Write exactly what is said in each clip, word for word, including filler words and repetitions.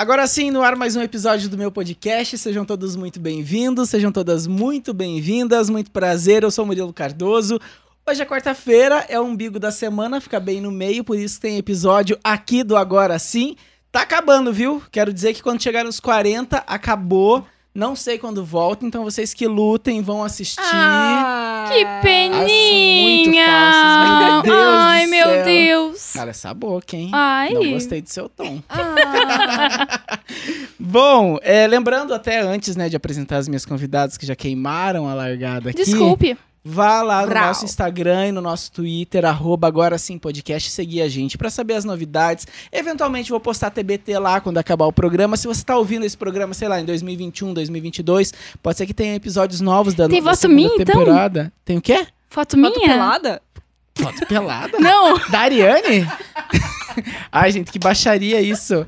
Agora sim, no ar mais um episódio do meu podcast. Sejam todos muito bem-vindos, sejam todas muito bem-vindas. Muito prazer, eu sou o Murilo Cardoso. Hoje é quarta-feira, é o umbigo da semana, fica bem no meio, por isso tem episódio aqui do Agora Sim. Tá acabando, viu? Quero dizer que quando chegar nos quarenta, acabou. Não sei quando volta, então vocês que lutem vão assistir. Ah, que peninha! Ai, meu Deus Ai, do meu céu. Deus! Cara, essa boca, hein? Ai. Não gostei do seu tom. Ah. Bom, é, lembrando até antes, né, de apresentar as minhas convidadas que já queimaram a largada aqui. Desculpe. Vá lá no Vrau. nosso Instagram e no nosso Twitter, arroba Agora Sim Podcast, seguir a gente pra saber as novidades. Eventualmente vou postar T B T lá quando acabar o programa. Se você tá ouvindo esse programa, sei lá, em dois mil e vinte e um, dois mil e vinte e dois, pode ser que tenha episódios novos da, Tem da foto segunda minha, então? temporada. Tem o quê? Foto Foto minha? pelada? Foto pelada? Não. Da Ariane? Ai, gente, que baixaria isso.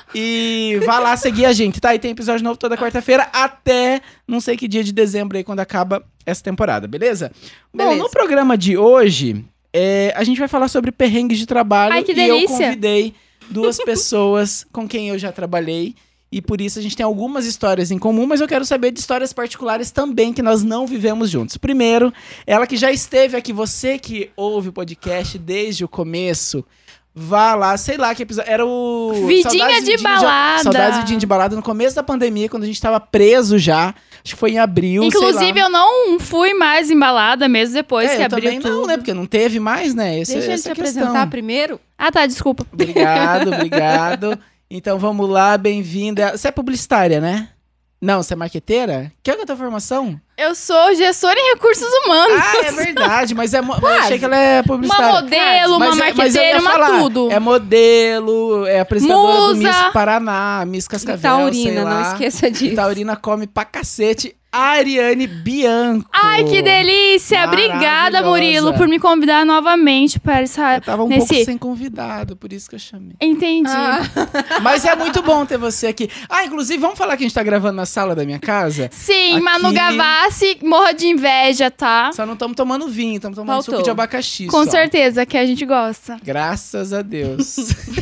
E vá lá seguir a gente, tá? E tem episódio novo toda quarta-feira até não sei que dia de dezembro aí, quando acaba essa temporada, beleza? Beleza. Bom, no programa de hoje, é, a gente vai falar sobre perrengues de trabalho. Ai, que e eu delícia. convidei duas pessoas com quem eu já trabalhei. E por isso a gente tem algumas histórias em comum, mas eu quero saber de histórias particulares também que nós não vivemos juntos. Primeiro, ela que já esteve aqui, você que ouve o podcast desde o começo, vá lá, sei lá que episódio. Era o. Vidinha Saudades de Vidinha balada. Saudades de Vidinha de balada no começo da pandemia, quando a gente tava preso já. Acho que foi em abril. Inclusive, sei lá. eu não fui mais embalada mesmo depois é, que eu abriu também tudo. não, né? Porque não teve mais, né? Esse, Deixa ele essa te questão. apresentar primeiro. Ah, tá, desculpa. Obrigado, obrigado. Então vamos lá, bem-vinda. Você é publicitária, né? Não, você é marqueteira? Que é a tua formação? Eu sou gestora em recursos humanos. Ah, é verdade, mas é mo- eu achei que ela é Uma publicitária. modelo, uma Mas é- mas eu marqueteira, ia uma falar, tudo. É modelo, é apresentadora do Musa. Miss Paraná, Miss Cascavel, E taurina, sei lá. não esqueça disso. Taurina come pra cacete. Ariane Bianco. Ai, que delícia! Obrigada, Maravilhosa. Murilo, por me convidar novamente para essa... Eu tava um nesse... pouco sem convidado, por isso que eu chamei. Entendi. Ah. Mas é muito bom ter você aqui. Ah, inclusive, vamos falar que a gente tá gravando na sala da minha casa? Sim, Aqui- Manu Gavassi, morra de inveja, tá? Só não estamos tomando vinho, estamos tomando Faltou. suco de abacaxi. Com só. certeza, que a gente gosta. Graças a Deus.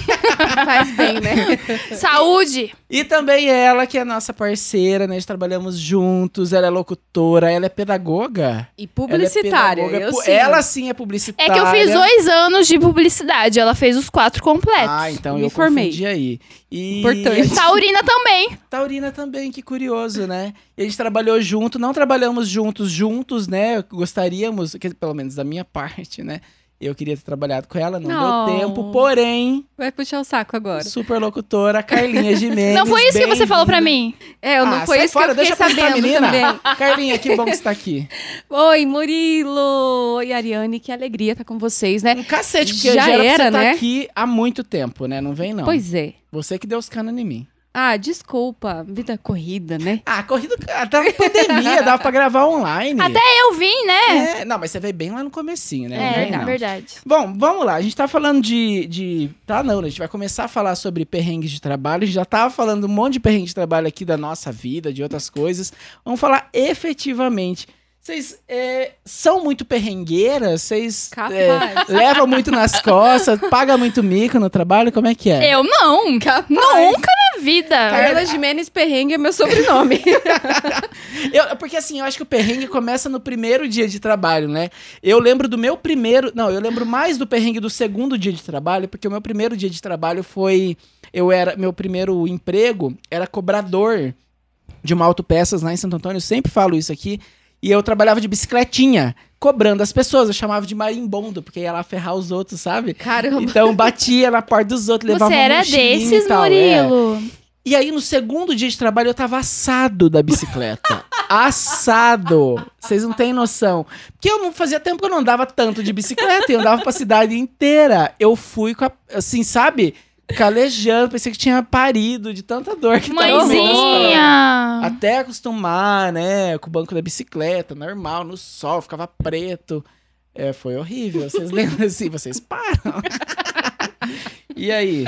Faz bem, né? Saúde! E também ela, que é nossa parceira, né? Nós trabalhamos juntos, ela é locutora, ela é pedagoga. E publicitária. Ela, é pedagoga, eu pu- sim. ela sim é É publicitária. que eu fiz dois anos de publicidade, ela fez os quatro completos. Ah, então Me eu formei. confundi aí. E Importante. a gente- Taurina também. Taurina também, que curioso, né? E a gente trabalhou junto, não trabalhamos juntos, juntos, né? Gostaríamos, que, pelo menos da minha parte, né? Eu queria ter trabalhado com ela, não, Não. deu tempo, porém, Vai puxar o saco agora. super locutora, Carlinha Gimenez. Não foi isso que você falou pra bem-vinda. mim. É, eu não Ah, foi sai isso fora, que eu deixa fiquei eu apresentar a sabendo menina. também. Carlinha, que bom que você tá aqui. Oi, Murilo. Oi, Ariane. Que alegria estar com vocês, né? Um cacete, porque Já já era, pra era, você tá né? aqui há muito tempo, né? Não vem, não. Pois é. Você que deu os canos em mim. Ah, desculpa. Vida corrida, né? Ah, corrida... Tava pandemia, dava pra gravar online. Até eu vim, né? É, não, mas você veio bem lá no comecinho, né? Não É, vem, não. verdade. Bom, vamos lá. A gente tá falando de, de... Tá, não, né? A gente vai começar a falar sobre perrengues de trabalho. A gente já tava falando um monte de perrengue de trabalho aqui da nossa vida, de outras coisas. Vamos falar efetivamente. Vocês é, são muito perrengueiras? Vocês Capaz. é, levam muito nas costas? Pagam muito mico no trabalho? Como é que é? Eu não. Capaz. Nunca na vida. Carla Gimenez Perrengue é meu sobrenome. Eu- porque assim, eu acho que o perrengue começa no primeiro dia de trabalho, né? Eu lembro do meu primeiro... Não, eu lembro mais do perrengue do segundo dia de trabalho, porque o meu primeiro dia de trabalho foi... Eu era... Meu primeiro emprego era cobrador de uma autopeças lá em Santo Antônio. Eu sempre falo isso aqui. E eu trabalhava de bicicletinha, cobrando as pessoas. Eu chamava de marimbondo, porque ia lá ferrar os outros, sabe? Caramba. Então batia na porta dos outros, levava Você uma era mochilinha desses, e tal, é. Murilo. E aí, no segundo dia de trabalho, eu tava assado da bicicleta. Assado. Vocês não têm noção. Porque eu não fazia tempo que eu não andava tanto de bicicleta. Eu andava pra cidade inteira. Eu fui com a, assim, sabe? Calejando. Pensei que tinha parido de tanta dor que tava no meio das pernas. Mãezinha. Até acostumar, né? Com o banco da bicicleta, normal, no sol, ficava preto. É, foi horrível. Vocês lembram assim? Vocês param. E aí?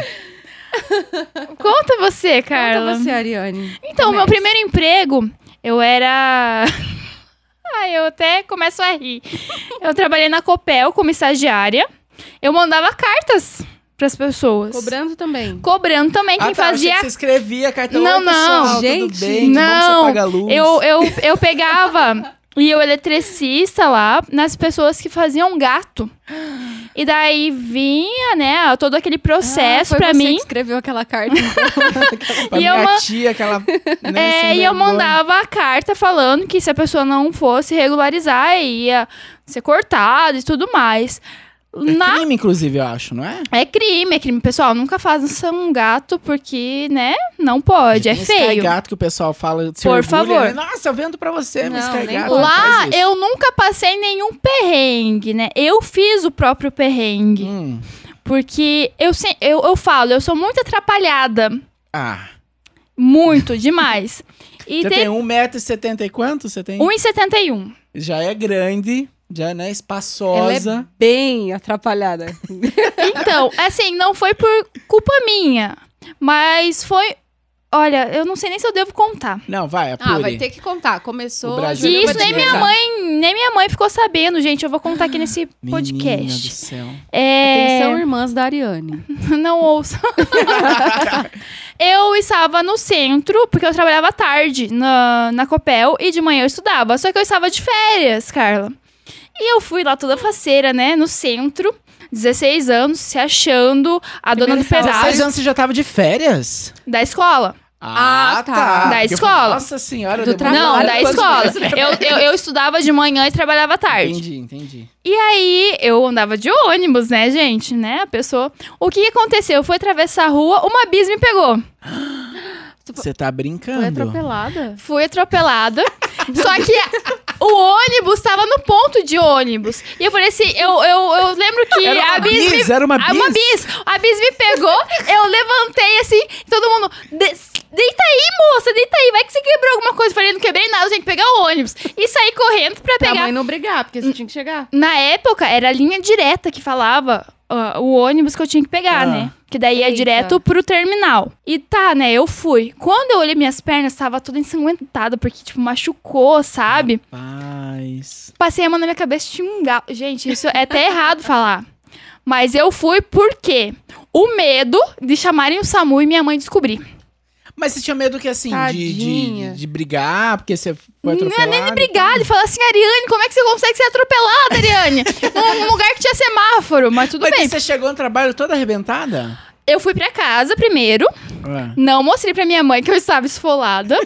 Conta você, Carla. Conta você, Ariane. Então, meu Comece. primeiro emprego, eu era... Ai, eu até começo a rir. Eu trabalhei na Copel como estagiária. Eu mandava cartas pras pessoas. Cobrando também. Cobrando também. Quem ah, tá, fazia... achei que você escrevia a carta. Não, Oi, não. pessoal, Gente, tudo bem? Que não. bom que você paga a luz. Eu, eu, eu pegava e o eletricista lá nas pessoas que faziam gato. E daí vinha, né, todo aquele processo ah, foi pra você mim. que escreveu aquela carta, então. Pra E minha eu ma- tia, aquela... Né, É, sem e eu vergonha. mandava a carta falando que se a pessoa não fosse regularizar, ia ser cortado e tudo mais. É Na... crime, inclusive, eu acho, não é? É crime, é crime. Pessoal, nunca façam um gato porque, né, não pode, é Tem feio. Sky Gato que o pessoal fala, se Por orgulha, favor. né? Nossa, eu vendo pra você, Não, mas Sky nem Gato pode. não Lá faz isso. eu nunca passei nenhum perrengue, né? Eu fiz o próprio perrengue. Hum. Porque eu, se- eu, eu falo, eu sou muito atrapalhada. Ah, Muito, demais. E você tem tem um metro e setenta e quanto? Você tem? um e setenta e um. Já é grande, já, né, Ela espaçosa. é bem atrapalhada. Então, assim, não foi por culpa minha. Mas foi... Olha, eu não sei nem se eu devo contar. Não, vai, apure. Ah, vai ter que contar. Começou... O a Brasil- Júlia E vai isso nem te minha contar. mãe, nem minha mãe ficou sabendo, gente. Eu vou contar aqui nesse Menina do podcast. céu. É... Atenção, irmãs da Ariane. Não ouça. Eu estava no centro, porque eu trabalhava à tarde na, na Copel e de manhã eu estudava. Só que eu estava de férias, Carla. E eu fui lá toda faceira, né, no centro, dezesseis anos, se achando a dona do Primeiro Seis pedaço anos você já tava de férias? da escola. Ah, tá. Da Porque eu escola. falei, Nossa senhora. Do demorou Não, Trabalho, da quantos escola. meses? Eu, eu, eu estudava de manhã e trabalhava à tarde. Entendi, entendi. E aí, eu andava de ônibus, né, gente? Né, a pessoa... O que que aconteceu? Eu fui atravessar a rua, uma bis me pegou. Você tá brincando? Foi atropelada. Fui atropelada. Só que a- o ônibus tava no ponto de ônibus. E eu falei assim, eu, eu, eu lembro que Era uma a bis, bis, me... era uma Ah, uma bis. bis. A bis me pegou, eu levantei assim, todo mundo... "Des- Deita aí, moça, deita aí. Vai que você quebrou alguma coisa. Eu falei, não quebrei nada, eu tenho que pegar o ônibus. E saí correndo pra Pra pegar... mãe não brigar, porque você tinha que chegar. Na época, era a linha direta que falava ó, o ônibus que eu tinha que pegar, Ah. né? Que daí ia Eita. direto pro terminal. E tá, né? Eu fui. Quando eu olhei minhas pernas, tava toda ensanguentada, porque, tipo, machucou, sabe? Paz. Passei a mão na minha cabeça, tinha um galo. Gente, isso é até errado falar. Mas eu fui porque o medo de chamarem o SAMU e minha mãe descobrir. Mas você tinha medo que, assim, de, Tadinha. de, de brigar, porque você foi Não atropelado? é nem de brigar, de falar assim, Ariane, como é que você consegue ser atropelada, Ariane? Num num lugar que tinha semáforo, mas tudo Mas bem. você chegou no trabalho toda arrebentada? Eu fui pra casa primeiro, Ué. não mostrei pra minha mãe que eu estava esfolada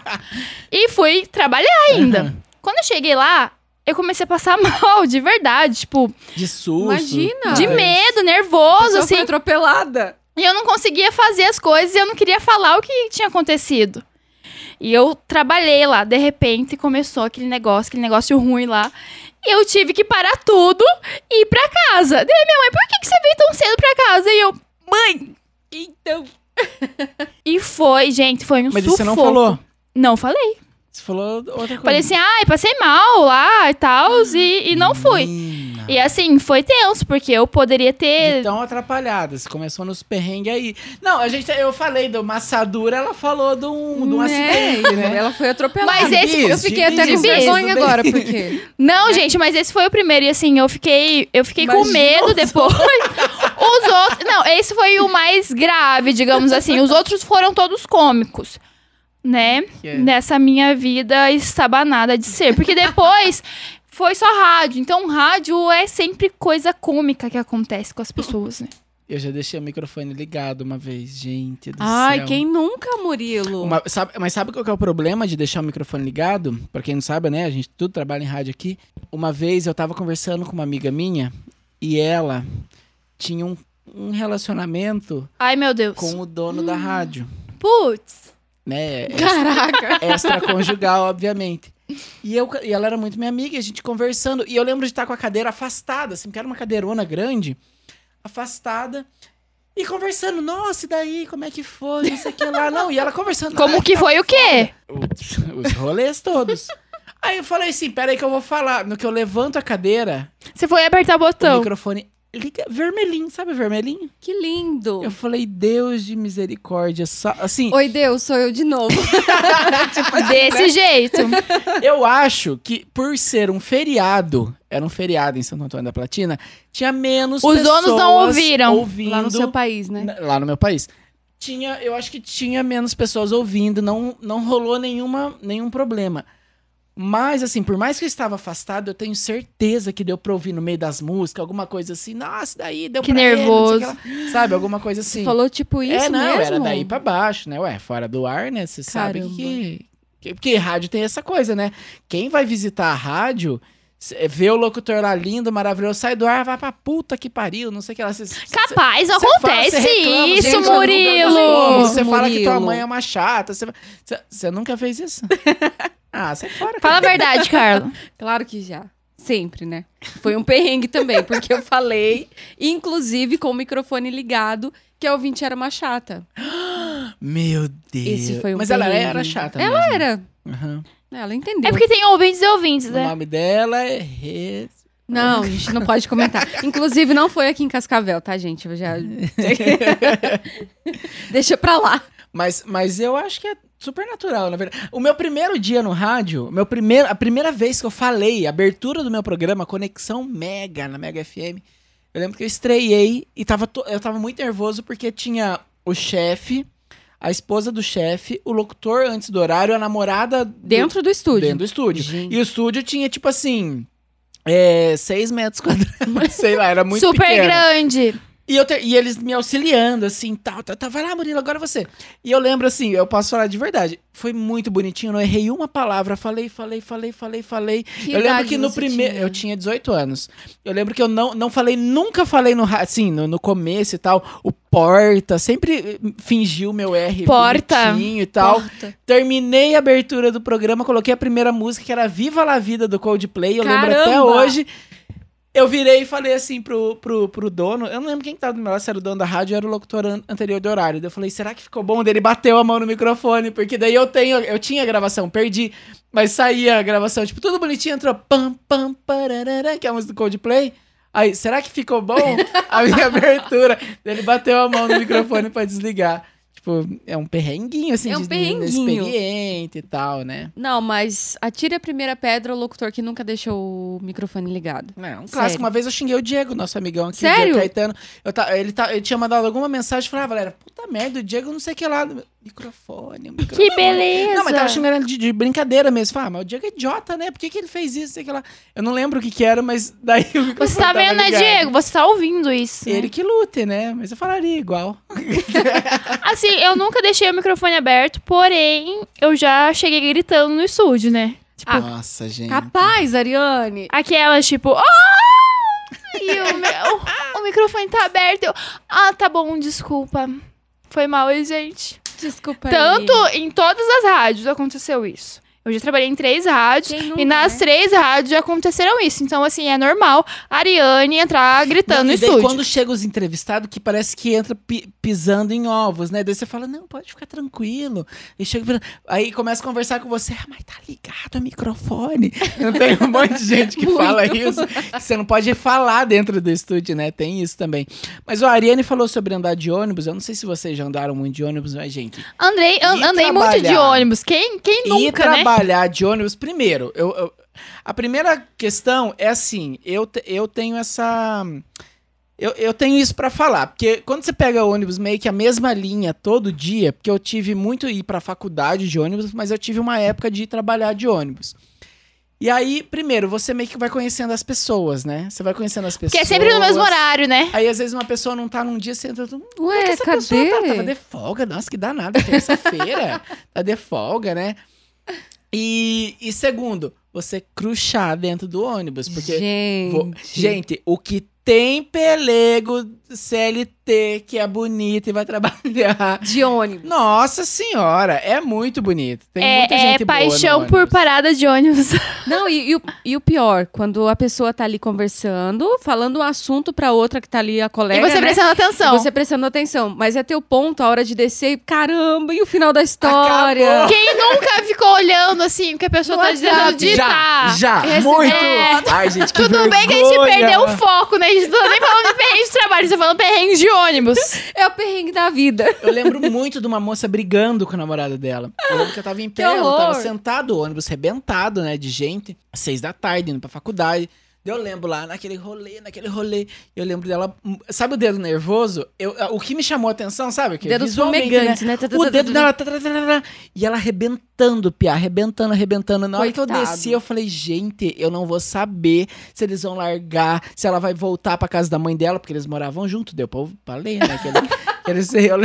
e fui trabalhar ainda. Uhum. Quando eu cheguei lá, eu comecei a passar mal, de verdade, tipo, De susto. Imagina. de Ah, medo, A nervoso, pessoa assim. foi atropelada. E eu não conseguia fazer as coisas e eu não queria falar o que tinha acontecido. E eu trabalhei lá, de repente começou aquele negócio, aquele negócio ruim lá. E eu tive que parar tudo e ir pra casa. Daí minha mãe, por que, que você veio tão cedo pra casa? E eu, mãe, então... E foi, gente, foi um Mas sufoco. você não falou? Não falei. Você falou outra coisa. Falei assim, ai, passei mal lá e tal, e, e não fui. Menina. E assim, foi tenso, porque eu poderia ter... De tão atrapalhada. Você começou nos perrengues aí. Não, a gente, eu falei do Massadura, ela falou de um, de um acidente, né? Ela foi atropelada. Mas esse- Bis, Eu fiquei de até com bis, vergonha tudo bem. agora, porque... Não, gente, mas esse foi o primeiro. E assim, eu fiquei, eu fiquei com Imagina medo os depois. Os outros. Não, esse foi o mais grave, digamos assim. Os outros foram todos cômicos. Né? Que é? Nessa minha vida estabanada de ser. Porque depois foi só rádio. Então, rádio é sempre coisa cômica que acontece com as pessoas, né? Eu já deixei o microfone ligado uma vez, gente do Ai, céu. quem nunca, Murilo? Uma- sabe- mas sabe qual que é o problema de deixar o microfone ligado? Pra quem não sabe, né? A gente tudo trabalha em rádio aqui. Uma vez eu tava conversando com uma amiga minha e ela tinha um, um relacionamento Ai, meu Deus. com o dono da rádio, Putz. né? Caraca. Extraconjugal, obviamente. E, eu, e ela era muito minha amiga, e a gente conversando. E eu lembro de estar com a cadeira afastada, assim, porque era uma cadeirona grande, afastada. E conversando, nossa, e daí, como é que foi, não sei o que lá. Não, e ela conversando. Como "Ai, que tá foi o quê? Os, os rolês todos. Aí eu falei assim, peraí que eu vou falar. No que eu levanto a cadeira, Você foi apertar o o botão. microfone liga, vermelhinho, sabe vermelhinho? Que lindo. Eu falei, Deus de misericórdia, só, assim... Oi, Deus, sou eu de novo. Tipo, desse jeito. Eu acho que por ser um feriado, era um feriado em Santo Antônio da Platina, tinha menos Os pessoas donos não ouviram. ouvindo... Lá no seu país, né? Lá no meu país. Tinha, eu acho que tinha menos pessoas ouvindo, não, não rolou nenhuma, nenhum problema. Mas, assim, por mais que eu estava afastado, eu tenho certeza que deu pra ouvir no meio das músicas, alguma coisa assim, nossa, daí deu Que pra nervoso. ele, não sei o que lá. Sabe, alguma coisa assim. Você falou tipo isso É, não, mesmo? era daí pra baixo, né? Ué, fora do ar, né? Você sabe Caramba. que, que... Porque rádio tem essa coisa, né? Quem vai visitar a rádio, cê vê o locutor lá lindo, maravilhoso, sai do ar, vai pra puta que pariu, não sei o que lá. Cê, cê- Capaz, Você fala, acontece você reclama, isso, gente, eu nunca- Murilo. Você fala que tua Murilo. mãe é uma chata. Você, você, você nunca fez isso? Ah, sai fora. Fala a verdade, Carla. Claro que já. Sempre, né? Foi um perrengue também, porque eu falei, inclusive com o microfone ligado, que a ouvinte era uma chata. Meu Deus. Esse foi um Mas ela perrengue. era chata Ela mesmo. era. Uhum. Ela entendeu. É porque tem ouvintes e ouvintes, O né? nome dela é... Re- Não, a gente não pode comentar. Inclusive, não foi aqui em Cascavel, tá, gente? Eu já... Deixa pra lá. Mas, mas eu acho que é super natural, na verdade. O meu primeiro dia no rádio, meu primeiro, a primeira vez que eu falei, a abertura do meu programa, Conexão Mega, na Mega F M, eu lembro que eu estreiei e tava to- eu tava muito nervoso porque tinha o chefe, a esposa do chefe, o locutor antes do horário, a namorada... do- Dentro do estúdio. Dentro do estúdio. Gente. E o estúdio tinha, tipo assim, é, seis metros quadrados, sei lá, era muito Super pequeno. grande. E, eu te- e eles me auxiliando, assim, tal, tal, tal. Vai lá, Murilo, agora você. E eu lembro, assim, eu posso falar de verdade. Foi muito bonitinho, não errei uma palavra. Falei, falei, falei, falei, falei. Que eu lembro idade que no você primeiro... tinha? Eu tinha dezoito anos. Eu lembro que eu não, não falei, nunca falei no... ra- Assim, no, no começo e tal. O Porta sempre eh, fingiu meu R Porta. bonitinho e tal. Porta. Terminei a abertura do programa, coloquei a primeira música, que era Viva la Vida, do Coldplay. Eu lembro até Caramba! hoje... Eu virei e falei assim pro, pro, pro dono, eu não lembro quem que tava do meu lado, se era o dono da rádio ou era o locutor an- anterior do horário. Daí eu falei, será que ficou bom? Daí ele bateu a mão no microfone, porque daí eu tenho, eu tinha a gravação, perdi, mas saía a gravação, tipo, tudo bonitinho, entrou pam, pam, pararara, que é a música do Coldplay. Aí, será que ficou bom a minha abertura? Daí ele bateu a mão no microfone pra desligar. Tipo, é um perrenguinho, assim, É um de perrenguinho. inexperiente e tal, né? Não, mas atire a primeira pedra o locutor que nunca deixou o microfone ligado. É, um clássico. Sério. Uma vez eu xinguei o Diego, nosso amigão aqui, Sério? o Diego Caetano. Eu ta- ele, ta- ele tinha mandado alguma mensagem e falei, ah, galera, puta merda, o Diego não sei o que lá. Microfone, microfone. Que beleza. Não, mas tava xingando ele de, de brincadeira mesmo. Falei, ah, mas o Diego é idiota, né? Por que, que ele fez isso? Sei que lá. Eu não lembro o que que era, mas daí o microfone Você tá tava vendo, né, ligado. Diego? Você tá ouvindo isso. né? Ele que lute, né? Mas eu falaria igual. Assim, eu nunca deixei o microfone aberto, porém, eu já cheguei gritando no estúdio, né? Tipo, Ah, Nossa, gente. Capaz, Ariane. aquelas, tipo, oh! E o, meu- o microfone tá aberto. Eu, ah, tá bom, desculpa. Foi mal, hein, gente. Desculpa aí. Tanto em todas as rádios aconteceu isso. Eu já trabalhei em três rádios Quem nunca, e nas né? três rádios já aconteceram isso. Então, assim, é normal a Ariane entrar gritando Não, no e daí estúdio. quando chega os entrevistados, que parece que entra pi- pisando em ovos, né? Daí você fala, não, pode ficar tranquilo. E chega, aí começa a conversar com você, ah, mas tá ligado o microfone. Não tem um monte de gente que fala isso. Que você não pode falar dentro do estúdio, né? Tem isso também. Mas o Ariane falou sobre andar de ônibus. Eu não sei se vocês já andaram muito de ônibus, mas, gente... Andrei, an- E andei muito de trabalhar. ônibus. Quem, quem E nunca, né? trabalhar de ônibus, primeiro, eu, eu- a primeira questão é assim, eu, te- eu tenho essa... Eu, eu tenho isso pra falar, porque quando você pega ônibus meio que a mesma linha todo dia, porque eu tive muito ir pra faculdade de ônibus, mas eu tive uma época de ir trabalhar de ônibus. E aí, primeiro, você meio que vai conhecendo as pessoas, né? Você vai conhecendo as pessoas. Porque é sempre no mesmo horário, né? Aí, às vezes, uma pessoa não tá num dia, você entra... Hum, como é Ué, que essa pessoa cadê? tá? Tava de folga, nossa, que danada, terça-feira. Tá de folga, né? E, e segundo, você cruchar dentro do ônibus, porque... Gente. vo- gente, o que tem pelego C L T que é bonito e vai trabalhar... De ônibus. Nossa senhora, é muito bonito. Tem muita É, gente é boa no paixão por ônibus. parada de ônibus. Não, e, e o, e o pior, quando a pessoa tá ali conversando, falando um assunto pra outra que tá ali, a colega, e você né? prestando atenção. E você prestando atenção. Mas é teu ponto, a hora de descer, caramba, e o final da história? Acabou. Quem nunca ficou olhando, assim, o que a pessoa No tá dizendo WhatsApp. digitar. Já, já, Rece- muito. É. Ai, gente, que Tudo bem que a gente vergonha. perdeu o foco, né? A gente não tá nem falando de perrengue de trabalho, a gente tá falando perrengue de ônibus. É o perrengue da vida. Eu lembro muito de uma moça brigando com o namorado dela. Eu lembro que eu tava em pé, Que ela horror. tava sentado, o ônibus rebentado, né, de gente, às seis da tarde, indo pra faculdade. Eu lembro lá, naquele rolê, naquele rolê, eu lembro dela, sabe o dedo nervoso? Eu, o que me chamou a atenção, sabe? Que Dedos visualmente, fumegantes, né? O dedo dela, tá, tá, tá, tá, tá, e ela arrebentando, Pia, arrebentando, arrebentando. Na hora que eu Coitado. desci, eu falei, gente, eu não vou saber se eles vão largar, se ela vai voltar pra casa da mãe dela, porque eles moravam junto, deu pra, pra ler, né? Aquele, aquele, eu,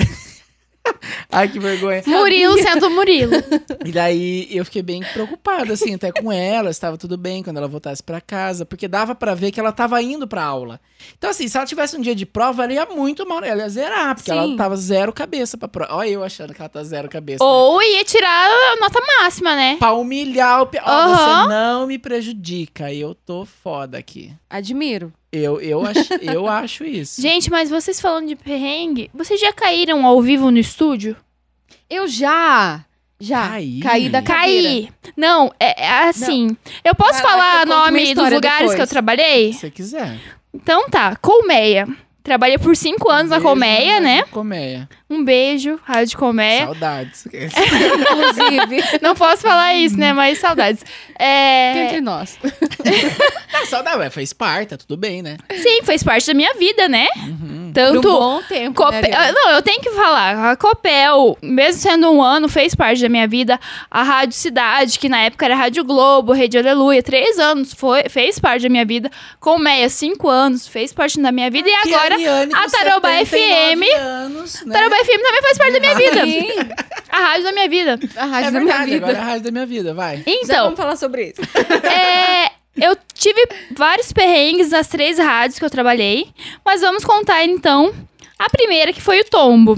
ai, que vergonha. Murilo sendo Murilo. E daí eu fiquei bem preocupada, assim, até com ela, estava tudo bem quando ela voltasse pra casa, porque dava pra ver que ela tava indo pra aula. Então, assim, se ela tivesse um dia de prova, ela ia muito mal, ela ia zerar, porque Sim. ela tava zero cabeça pra prova. Olha eu achando que ela tá zero cabeça. né? Ou ia tirar a nota máxima, né? Pra humilhar o... Pe... Ó, Aham. você não me prejudica, eu tô foda aqui. Admiro. Eu, eu, ach... eu acho isso. Gente, mas vocês falando de perrengue, vocês já caíram ao vivo no estúdio? Eu já. Já. Caí? Caí da cadeira. Caí. Não, é, é assim. Eu posso Vai lá, falar que eu conto minha nome dos história lugares depois. que eu trabalhei? Se você quiser. Então tá, Colmeia. Trabalhei por cinco anos na Beijo, Colmeia, né? Colmeia. Um beijo, Rádio Colmeia. Saudades. Inclusive. Não posso falar isso, né? Mas saudades. Fica É... entre nós. Ah, saudade, ué, fez parte, tá tudo bem, né? Sim, fez parte da minha vida, né? Uhum. Por um Tanto. bom tempo, Cope- né, Ariana? Ah, Não, eu tenho que falar. A Copel, mesmo sendo um ano, fez parte da minha vida. A Rádio Cidade, que na época era Rádio Globo, Rede Aleluia, três anos, foi, fez parte da minha vida. Colmeia, cinco anos, fez parte da minha vida. E Que agora, Ariane, com a Tarouba F M. setenta e nove anos, né? Tarouba F M também faz parte da minha vida. Sim, A rádio da minha vida. a É rádio da minha verdade, vida. agora é a rádio da minha vida, vai. Já Então, vamos falar sobre isso. é, eu tive vários perrengues nas três rádios que eu trabalhei. Mas vamos contar, então, a primeira, que foi o tombo.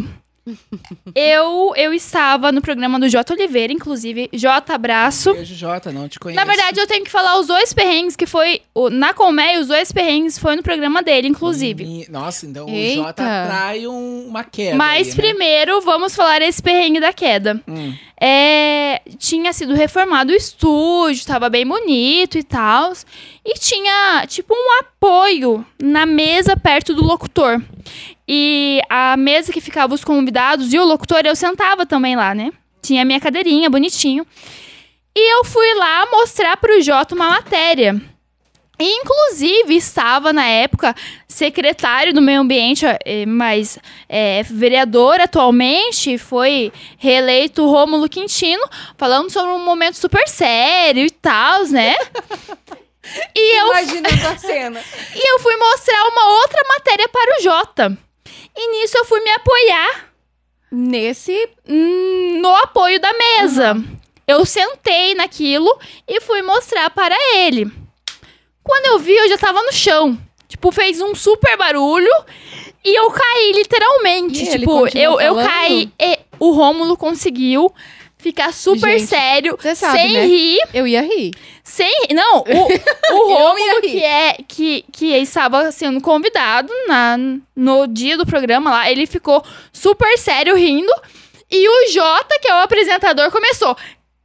Eu, eu estava no programa do Jota Oliveira, inclusive. Jota, abraço. Beijo, Jota, não te conheço. Na verdade, eu tenho que falar os dois perrengues que foi... o- na Colmeia, os dois perrengues foi no programa dele, inclusive. Menino- Nossa, então Eita. o Jota trai um- uma queda Mas aí, né? primeiro, vamos falar esse perrengue da queda. Hum. É, tinha sido reformado o estúdio, tava bem bonito e tal. E tinha, tipo, um apoio na mesa perto do locutor. E a mesa que ficava os convidados e o locutor, eu sentava também lá, né? Tinha a minha cadeirinha, bonitinho. E eu fui lá mostrar pro Jota uma matéria. Inclusive, estava, na época, secretário do meio ambiente, eh, mas é, vereador atualmente, foi reeleito Rômulo Quintino, falando sobre um momento super sério e tal, né? E eu, Imaginando a cena. e eu fui mostrar uma outra matéria para o Jota. E nisso eu fui me apoiar Nesse. hum, no apoio da mesa. Eu sentei naquilo e fui mostrar para ele. Quando eu vi, eu já tava no chão. Tipo, fez um super barulho e eu caí, literalmente. E ele tipo, continuou eu, eu falando? caí e o Rômulo conseguiu ficar super Gente, sério, cê sabe, sem né? rir. Eu ia rir. Sem. Não, o, o Eu ia Rômulo, rir. que, é, que, que estava sendo convidado na, no dia do programa lá, ele ficou super sério rindo. E o Jota, que é o apresentador, começou.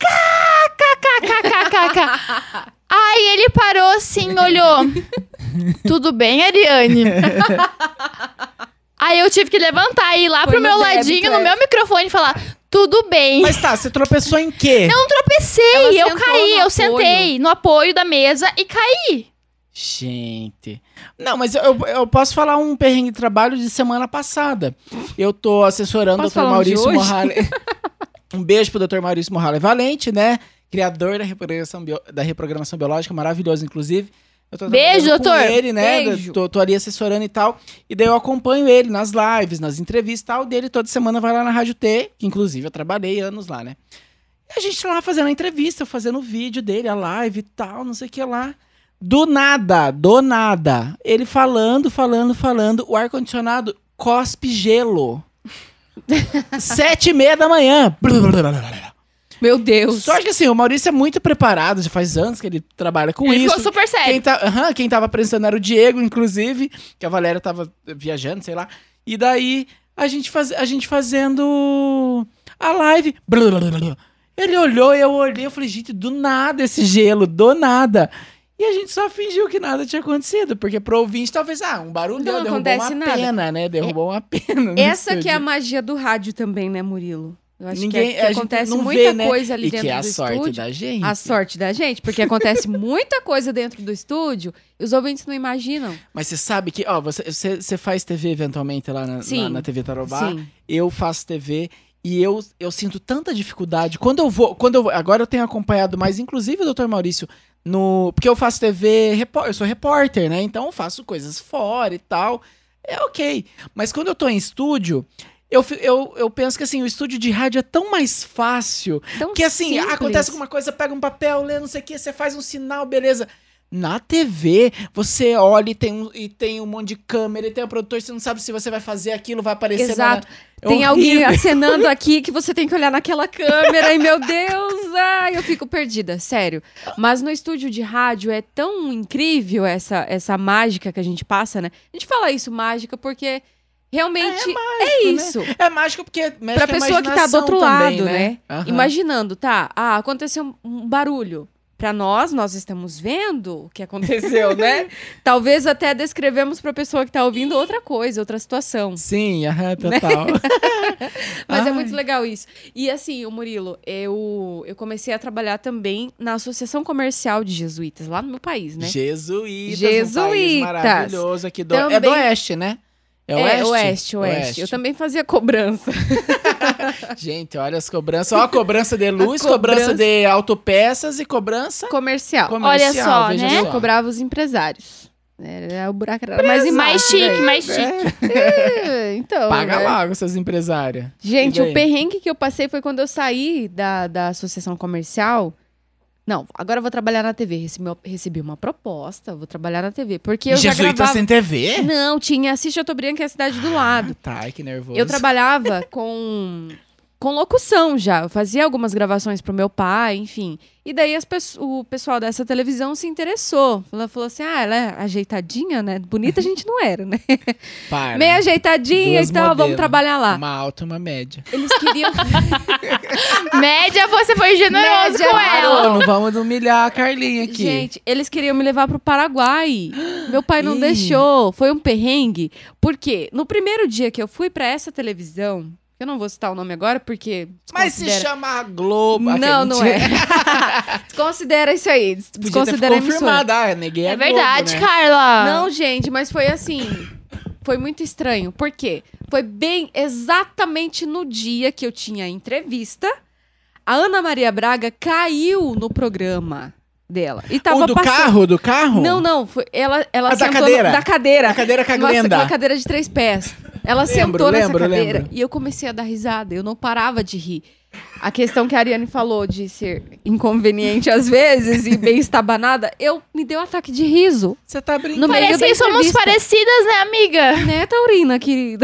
Kkkkkk. Aí ele parou assim, olhou. Tudo bem, Ariane? Aí eu tive que levantar e ir lá Foi pro no meu débito, ladinho, no é. meu microfone e falar: tudo bem. Mas tá, você tropeçou em quê? Eu não tropecei, Ela eu sentou caí, no eu apoio. sentei no apoio da mesa e caí. Gente. Não, mas eu, eu posso falar um perrengue de trabalho de semana passada. Eu tô assessorando o Posso doutor falar um de Maurício hoje? Morales. Um beijo pro doutor Maurício Morales Valente, né? Criador da reprogramação, bio- da reprogramação biológica, maravilhoso, inclusive. Eu tô Beijo, trabalhando com doutor. ele, né? Beijo. Tô, tô ali assessorando e tal. E daí eu acompanho ele nas lives, nas entrevistas e tal. Dele toda semana vai lá na Rádio T, que inclusive eu trabalhei anos lá, né? E a gente lá fazendo a entrevista, eu fazendo o vídeo dele, a live e tal, não sei o que lá. Do nada, do nada. Ele falando, falando, falando. O ar-condicionado cospe gelo. Sete e meia da manhã. Meu Deus. Só que assim, o Maurício é muito preparado, já faz anos que ele trabalha com Ele isso. ficou super sério. Quem, tá, aham, quem tava apresentando era o Diego, inclusive, que a Valéria tava viajando, sei lá. E daí, a gente, faz, a gente fazendo a live. Ele olhou, eu olhei, eu falei, gente, do nada esse gelo, do nada. E a gente só fingiu que nada tinha acontecido, porque pro ouvinte talvez, ah, um barulho Não derrubou acontece uma nada. pena, né? Derrubou uma pena. no Essa que é a estúdio. magia do rádio também, né, Murilo? Eu acho Ninguém, que, é, a que gente acontece não muita vê, né? coisa ali e dentro que é a do sorte estúdio. da gente. A sorte da gente, porque acontece muita coisa dentro do estúdio e os ouvintes não imaginam. Mas você sabe que, ó, você, você, você faz T V eventualmente lá na, Sim. na, na T V Tarobá. Sim. Eu faço T V e eu, eu sinto tanta dificuldade. Quando eu vou, quando eu vou, agora eu tenho acompanhado mais, inclusive o doutor Maurício, no, porque eu faço T V, repó- eu sou repórter, né? Então eu faço coisas fora e tal. É ok. Mas quando eu tô em estúdio, eu, fi- eu, eu penso que assim, o estúdio de rádio é tão mais fácil. Tão Que assim, simples. acontece alguma coisa, pega um papel, lê não sei o que, você faz um sinal, beleza. Na T V, você olha e tem um, e tem um monte de câmera, e tem o produtor, você não sabe se você vai fazer aquilo, vai aparecer Exato. lá. É Tem alguém horrível. acenando aqui que você tem que olhar naquela câmera e, meu Deus, ai, eu fico perdida, sério. Mas no estúdio de rádio é tão incrível essa, essa mágica que a gente passa, né? A gente fala isso, mágica, porque realmente é, mágico, isso. Né? É mágico porque mexe Pra com a pessoa que tá do imaginação outro também, lado, né? Aham. Imaginando, tá? Ah, aconteceu um barulho. Pra nós, nós estamos vendo o que aconteceu, né? Talvez até descrevemos pra pessoa que tá ouvindo outra coisa, outra situação. Sim, aham, total. Mas é Ai. muito legal isso. E assim, o Murilo, eu, eu comecei a trabalhar também na Associação Comercial de Jesuítas, lá no meu país, né? Jesuítas, um Jesuítas. país maravilhoso aqui do... É Também- do Oeste, né? É É, Oeste? oeste, oeste. Eu também fazia cobrança. Gente, olha as cobranças. Ó, a cobrança de luz, A cobrança... cobrança- de autopeças e cobrança Comercial. comercial. Olha só, veja né? Eu só. cobrava os empresários. Era o buraco era mais embaixo. Mais chique, daí. mais chique. É, então, Paga né? logo, essas empresárias. Gente, E daí? o perrengue que eu passei foi quando eu saí da, da associação comercial. Não, agora eu vou trabalhar na T V. Recebi, recebi uma proposta, vou trabalhar na T V. Porque eu já Jesuítas gravava... sem T V? Não, tinha Assis Chateaubriand, que é a cidade do lado. Tá, ai, que nervoso. Eu trabalhava com, com locução já. Eu fazia algumas gravações pro meu pai, enfim. E daí as pesso- o pessoal dessa televisão se interessou. Ela falou assim, ah, ela é ajeitadinha, né? Bonita a gente não era, né? Para. Meio ajeitadinha Duas e tal, vamos modelos. trabalhar lá. Uma alta e uma média. Eles queriam... Média, você foi generoso Média, com parou. ela. Não, não vamos humilhar a Carlinha aqui. Gente, eles queriam me levar pro Paraguai. Meu pai não Ih. deixou. Foi um perrengue. Por quê? No primeiro dia que eu fui pra essa televisão, eu não vou citar o nome agora porque Mas se desconsidera- chama Globo. Não, Aquele- não é. Desconsidera isso aí. des- Podia ter Desconsidera a emissora. confirmado. Ah, neguei a É verdade, Globo, né? Carla. Não, gente, mas foi assim. Foi muito estranho. Por quê? Foi bem exatamente no dia que eu tinha a entrevista. A Ana Maria Braga caiu no programa dela. E tava O do passando... carro? Do carro? Não, não. Foi... Ela, ela Ah, da sentou cadeira? No... da cadeira. A cadeira com a Nossa, Glenda. uma cadeira de três pés. Ela Lembro, sentou nessa lembro, cadeira lembro. e eu comecei a dar risada. Eu não parava de rir. A questão que a Ariane falou de ser inconveniente às vezes e bem estabanada, eu me deu ataque de riso. Você tá brincando. No meio Parece da que somos entrevista. parecidas, né, amiga? Né, Taurina, querida?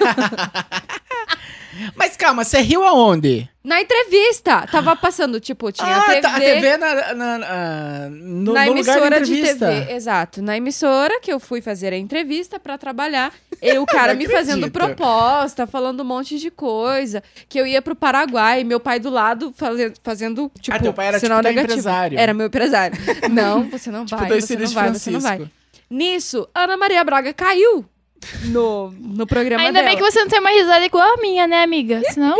Mas calma, você riu aonde? Na entrevista. Tava passando, tipo, tinha ah, a T V. tá, a T V na, na, na- no, na no lugar da emissora de T entrevista. V, exato. Na emissora que eu fui fazer a entrevista pra trabalhar, e o cara Não me fazendo acredito. proposta, falando um monte de coisa, que eu ia pro Paraguai, meu pai do lado faze- fazendo, tipo, Ah, teu pai era sinal tipo teu negativo. empresário. Era meu empresário. Não, você não Tipo vai, dois você filhos não de vai, você não vai. Francisco. Nisso, Ana Maria Braga caiu no, no programa Ainda dela. bem que você não tem uma risada igual a minha, né, amiga? Senão...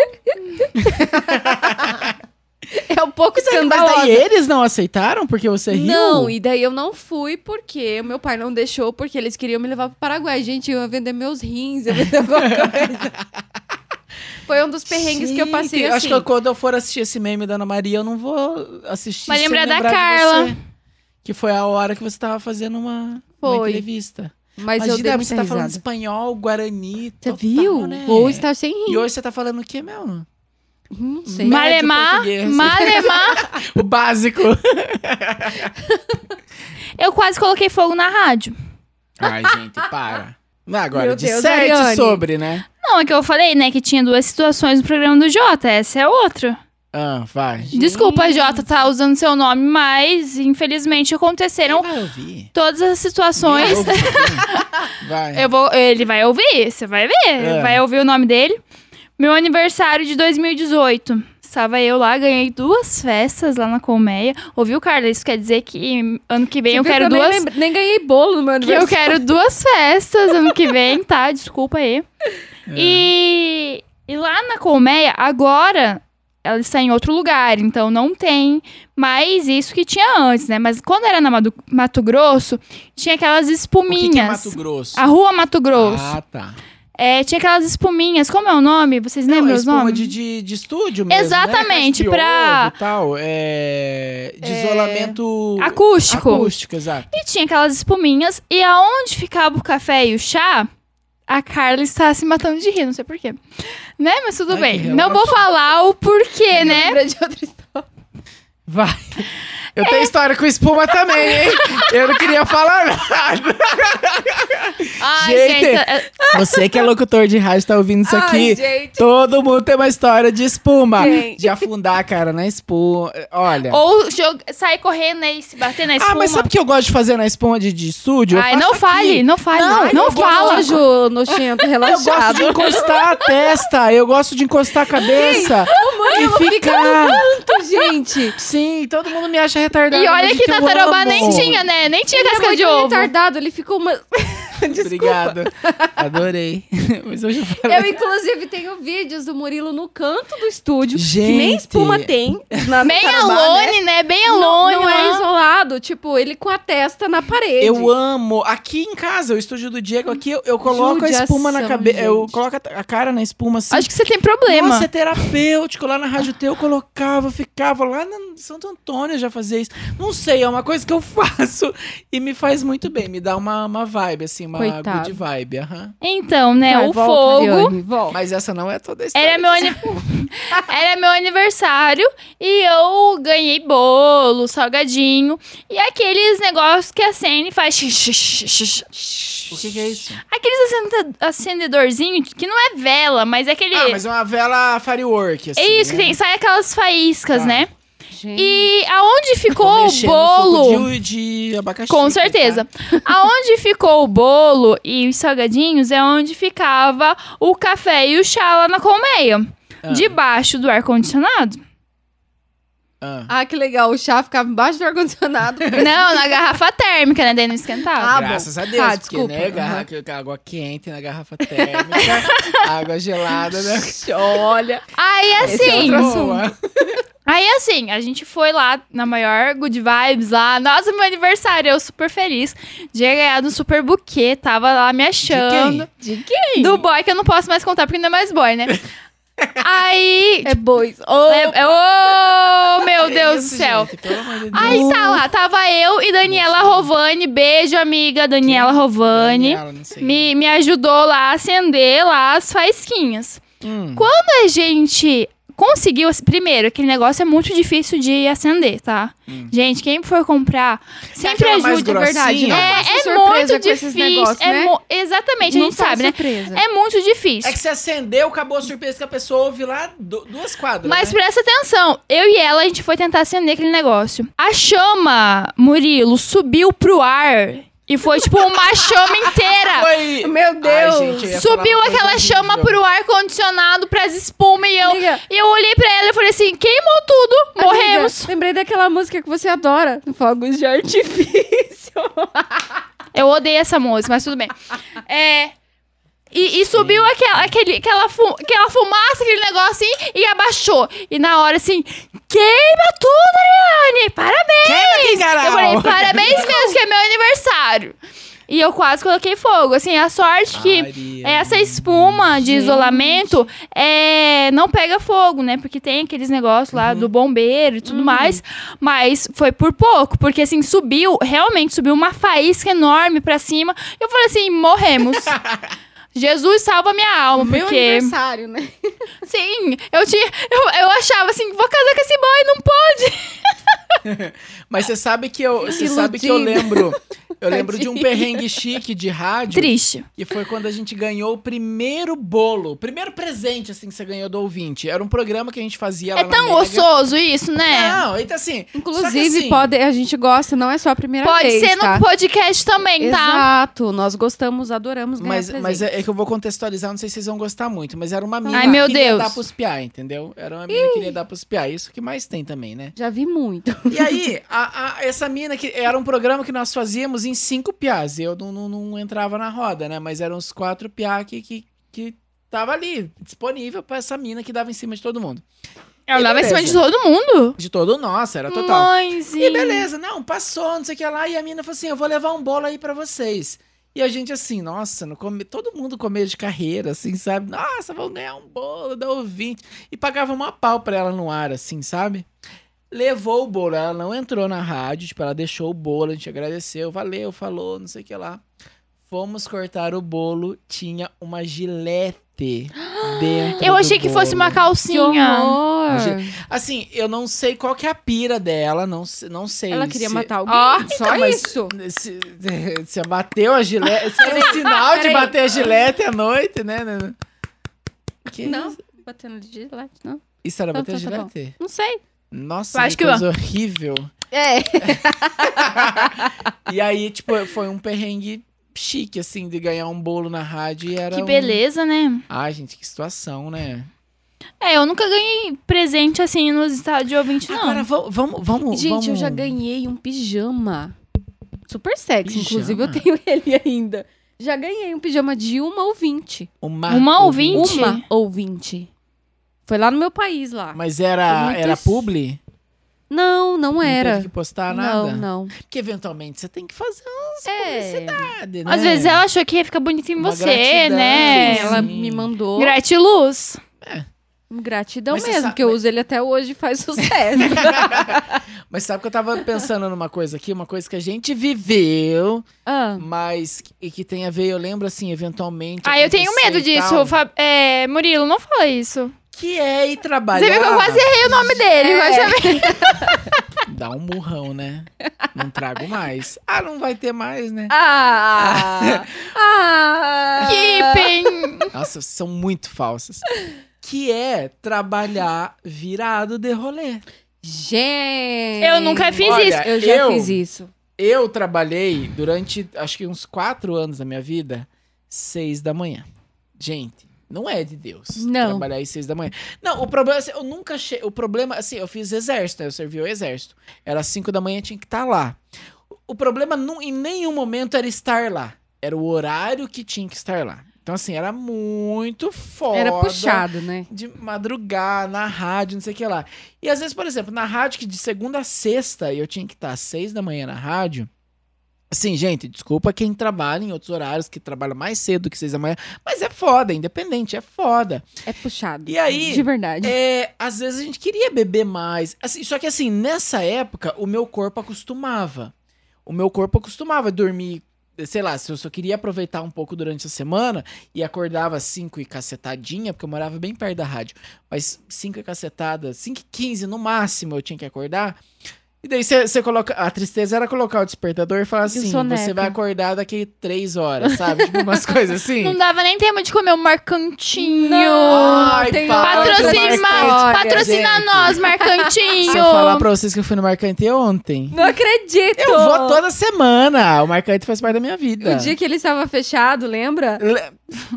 É um pouco Mas escandalosa. daí eles não aceitaram porque você riu? Não, e daí eu não fui porque o meu pai não deixou, porque eles queriam me levar pro Paraguai. Gente, eu ia vender meus rins, eu ia vender alguma coisa. Foi um dos perrengues que eu passei Gente, assim. Acho que quando eu for assistir esse meme da Ana Maria, eu não vou assistir Vai sem lembrar da de Carla. você, que foi a hora que você tava fazendo uma, uma Foi. entrevista. Mas eu Imagina, dei muita você tá falando risada. espanhol, guarani, Você total, viu? né? Ou está sem rir. E hoje você tá falando o quê, meu? Não sei. Médio Malemar, português. malemar. O básico. Eu quase coloquei fogo na rádio. Ai, gente, para. Não, agora, Meu de Deus, certo Ariane. sobre, né? Não, é que eu falei, né, que tinha duas situações no programa do Jota. Essa é outra. Ah, vai. Desculpa, Jota, tá usando seu nome, mas infelizmente aconteceram Vai ouvir. todas as situações. Vai ouvir. Vai. Eu vou, ele vai ouvir, você vai ver. É. Vai ouvir o nome dele. Meu aniversário de dois mil e dezoito. estava eu lá, ganhei duas festas lá na Colmeia. Ouviu, Carla? Isso quer dizer que ano que vem Você eu viu quero que eu duas... Nem, lembra- nem ganhei bolo no meu Que eu aniversário. quero duas festas ano que vem, tá? Desculpa aí. E, e lá na Colmeia, agora, ela está em outro lugar. Então, não tem mais isso que tinha antes, né? Mas quando era na Mato, Mato Grosso, tinha aquelas O espuminhas. que, que é Mato Grosso? A rua Mato Grosso. Ah, tá. É, tinha aquelas espuminhas. Como é o nome? Vocês Não, lembram é os espuma nomes? de, de, de estúdio mesmo, Exatamente, né? pra- Ovo e tal, é... De É. isolamento... Acústico. Acústico, exato. E tinha aquelas espuminhas. E aonde ficava o café e o chá, a Carla está se matando de rir, não sei porquê. Né? Mas tudo Ai, bem. que Não vou falar o porquê, né? Lembra de outra história. Vai. Eu tenho história com espuma também, hein? Eu não queria falar nada. Ai, Gente, gente. é- Você que é locutor de rádio tá ouvindo isso Ai, aqui. gente. Todo mundo tem uma história de espuma. Gente. De afundar a cara na espuma. Olha. Ou jog- sair correndo e se bater na espuma. Ah, mas sabe o que eu gosto de fazer na espuma de, de estúdio? Eu Ai, faço não aqui. fale, não fale. Não, Não, eu fala. Nojo, nojento, Eu gosto relaxado. de encostar a testa, eu gosto de encostar a cabeça e ficar. Tanto, gente. Sim, todo mundo me acha retardado. E olha mas que eu na Tarobá amo. nem tinha, né? Nem tinha Ele é casca de muito ovo. retardado, ele ficou uma... Desculpa. Obrigado. Adorei. Mas hoje eu falei. Eu, inclusive, tenho vídeos do Murilo no canto do estúdio, que Gente. nem espuma tem. Na, no Bem Tarobá, alone, né? Bem Não, alone. não é lá. isolado, tipo, ele com a testa na parede. Eu amo. Aqui em casa, o estúdio do Diego, aqui eu, eu coloco a espuma na Judiação, cabeça. Eu gente. coloco a, a cara na espuma assim. Acho que você tem problema. Nossa, é terapêutico. Lá na Rádio T eu colocava, ficava lá no Santo Antônio já fazia isso. Não sei, é uma coisa que eu faço e me faz muito bem. Me dá uma, uma vibe, assim, uma Coitado. good vibe. Aham. Então, né? Vai, o volta, fogo. Ariane, volta. Mas essa não é toda a história. Era meu, ani- Era meu aniversário e eu ganhei bolo, salgadinho e aqueles negócios que acende e faz. O que, que é isso? Aqueles acende- acendedorzinhos que não é vela, mas é aquele. Ah, mas é uma vela firework, assim. É isso, que né? tem, sai aquelas faíscas, Ah. né? Gente. E aonde Tô ficou o mexendo no bolo? suco de, de abacaxi. Com aqui, certeza. tá? Aonde ficou o bolo e os salgadinhos é onde ficava o café e o chá lá na colmeia. Ah. Debaixo do ar-condicionado. Ah. Ah, que legal. O chá ficava embaixo do ar-condicionado. Não, na garrafa térmica, né? Daí não esquentava. Ah, Graças bom. a Deus, Ah, porque, desculpa. né, garra- que- água quente na garrafa térmica, água gelada, né? Olha. Aí Esse é assim, outro Boa. aí assim, a gente foi lá na maior good vibes lá. Nossa, meu aniversário, eu super feliz. Tinha ganhado um super buquê, tava lá me achando. De quem? Do boy, que eu não posso mais contar porque não é mais boy, né? Aí. É bois. Oh, É, é- oh, meu Que Deus isso, do céu. gente, pelo amor de Deus. Aí tá lá, tava eu e Daniela Rovani. Beijo, amiga Daniela Rovani. Daniela, não sei. Me, me ajudou lá a acender lá as faísquinhas. Hum. Quando a gente conseguiu... Primeiro, aquele negócio é muito difícil de acender, tá? Gente, quem for comprar, sempre aquela mais ajude, é grossinha? verdade. Não É, faça é surpresa muito com esses difícil. negócios, é né? mu- Exatamente, a não gente faz sabe, né? surpresa. É muito difícil. É que você acendeu, acabou a surpresa que a pessoa ouve lá du- duas quadras, Mas né? presta atenção, eu e ela, a gente foi tentar acender aquele negócio. A chama, Murilo, subiu pro ar e foi tipo uma chama inteira. Foi... Meu Deus. Ai, gente, eu ia falar Subiu uma coisa aquela chama horrível. pro ar-condicionado, pras espumas, e eu, Amiga. e eu olhei pra ela e falei assim, queimou tudo, morremos. Amiga, lembrei daquela música que você adora. Fogos de artifício. Eu odeio essa música, mas tudo bem. É... E, e subiu aquela, aquele, aquela, fu, aquela fumaça, aquele negócio assim, e abaixou. E na hora assim, queima tudo, Ariane! Parabéns! Queima, Kingarau! Eu falei, parabéns mesmo, que é meu aniversário. E eu quase coloquei fogo. Assim, a sorte que Ariane. essa espuma de isolamento é, não pega fogo, né? Porque tem aqueles negócios lá do bombeiro e tudo mais. Mas foi por pouco. Porque, assim, subiu, realmente subiu uma faísca enorme pra cima. Eu falei assim, morremos. Jesus salva minha alma, Meu porque... aniversário, né? Sim, eu tinha... Eu, eu achava assim, vou casar com esse boy, não pode. Mas você sabe que eu, você Iludida. sabe que eu lembro Eu lembro de um Tadinha. perrengue chique de rádio. Triste. Que foi quando a gente ganhou o primeiro bolo. O primeiro presente, assim, que você ganhou do ouvinte. Era um programa que a gente fazia lá É na tão Mega. gostoso isso, né? Não, então assim... só que Inclusive, assim, pode, a gente gosta, não é só a primeira Pode vez, ser tá? no podcast também, tá? Exato, nós gostamos, adoramos ganhar Mas, presente. mas é, é que eu vou contextualizar, não sei se vocês vão gostar muito. Mas era uma mina Ai, meu que queria Deus. dar pros piá, entendeu? Era uma mina que queria dar pros piá. Isso que mais tem também, né? Já vi muito. E aí, a, a- essa mina que era um programa que nós fazíamos em cinco piás. Eu não, não, não entrava na roda, né? Mas eram os quatro piá que, que, que tava ali, disponível pra essa mina que dava em cima de todo mundo. Ela E dava em cima de beleza. todo mundo. De todo, nossa, era total. Mãezinha. E beleza, não, passou, não sei o que lá. E a mina falou assim: eu vou levar um bolo aí pra vocês. E a gente assim, nossa, no come... todo mundo comia de carreira, assim, sabe? Nossa, vamos ganhar um bolo da ouvinte. E pagava uma pau pra ela no ar, assim, sabe? Levou o bolo, ela não entrou na rádio, tipo, ela deixou o bolo, a gente agradeceu, valeu, falou, não sei o que lá. Fomos cortar o bolo, tinha uma gilete dentro Eu do achei que fosse bolo. uma Que calcinha. horror! Assim, eu não sei qual que é a pira dela, não, se- não sei. Ela queria se- matar alguém, Ó, só então, mas- isso. Se, se bateu a gilete, se era um sinal de peraí. bater a gilete à noite, né? Que Não, isso? batendo de gilete, não. Isso era Então, bater a tá, tá bom. gilete? Não sei. Nossa, Eu acho que que coisa horrível. É. E aí, tipo, foi um perrengue chique, assim, de ganhar um bolo na rádio e era Que um- beleza, né? Ai, gente, que situação, né? É, eu nunca ganhei presente assim nos estádios de ouvinte, não. Agora, va- vamos, vamos, Gente, vamos... eu já ganhei um pijama. Super sexy, Pijama? inclusive eu tenho ele ainda. Já ganhei um pijama de uma ouvinte. Uma, Uma ouvinte? Uma ouvinte. Foi lá no meu país lá. Mas Foi era, muito era s- publi? Não, não Não era. teve que postar nada? Não, não. Porque eventualmente você tem que fazer umas É. publicidade, né? Às vezes ela achou que ia ficar bonito em Uma você, gratidão, né? sim. Ela me mandou. Gratiluz. Gratidão Mas você mesmo, sabe- porque eu uso ele até hoje e faz sucesso. Mas sabe que eu tava pensando numa coisa aqui, uma coisa que a gente viveu, ah, mas e que tem a ver, eu lembro assim, eventualmente. Ah, eu tenho acontecer medo e disso. tal, Fa- é, Murilo, não fala isso. Que é ir trabalhar. Você viu que eu quase errei o nome dele. É. Mas também... Dá um murrão, né? Não trago mais. Ah, não vai ter mais, né? ah, ah, Keeping. Nossa, são muito falsas. Que é trabalhar virado de rolê. Gente. Eu nunca fiz Olha, isso. Eu já eu- fiz isso. Eu trabalhei durante, acho que uns quatro anos da minha vida, seis da manhã. Gente, não é de Deus Não. trabalhar às seis da manhã. Não, o problema é assim, eu nunca che... O problema, assim, eu fiz exército, né? Eu servi o exército. Era cinco da manhã, tinha que estar lá. O problema nu- em nenhum momento era estar lá. Era o horário que tinha que estar lá. Então, assim, era muito foda. Era puxado, né? De madrugar, na rádio, não sei o que lá. E às vezes, por exemplo, na rádio, que de segunda a sexta eu tinha que estar às seis da manhã na rádio. Assim, gente, desculpa quem trabalha em outros horários, que trabalha mais cedo do que seis da manhã, mas é foda, independente, é foda. É puxado. E aí, De verdade. É, às vezes a gente queria beber mais. Assim, só que assim, nessa época, o meu corpo acostumava. O meu corpo acostumava a dormir, sei lá, se eu só queria aproveitar um pouco durante a semana e acordava às cinco e cacetadinha, porque eu morava bem perto da rádio, mas cinco e cacetada, cinco e quinze no máximo eu tinha que acordar. E daí você coloca. A tristeza era colocar o despertador e falar E o assim: soneca. você vai acordar daqui três horas, sabe? Tipo umas coisas assim. Não dava nem tempo de comer um marcantinho. Ai, tem para outra de Patrocina, marcante, patrocina gente. nós, Se marcantinho. eu falar pra vocês que eu fui no Marcante ontem. Não acredito! Eu vou toda semana. O Marcante faz parte da minha vida. O dia que ele estava fechado, lembra? Le-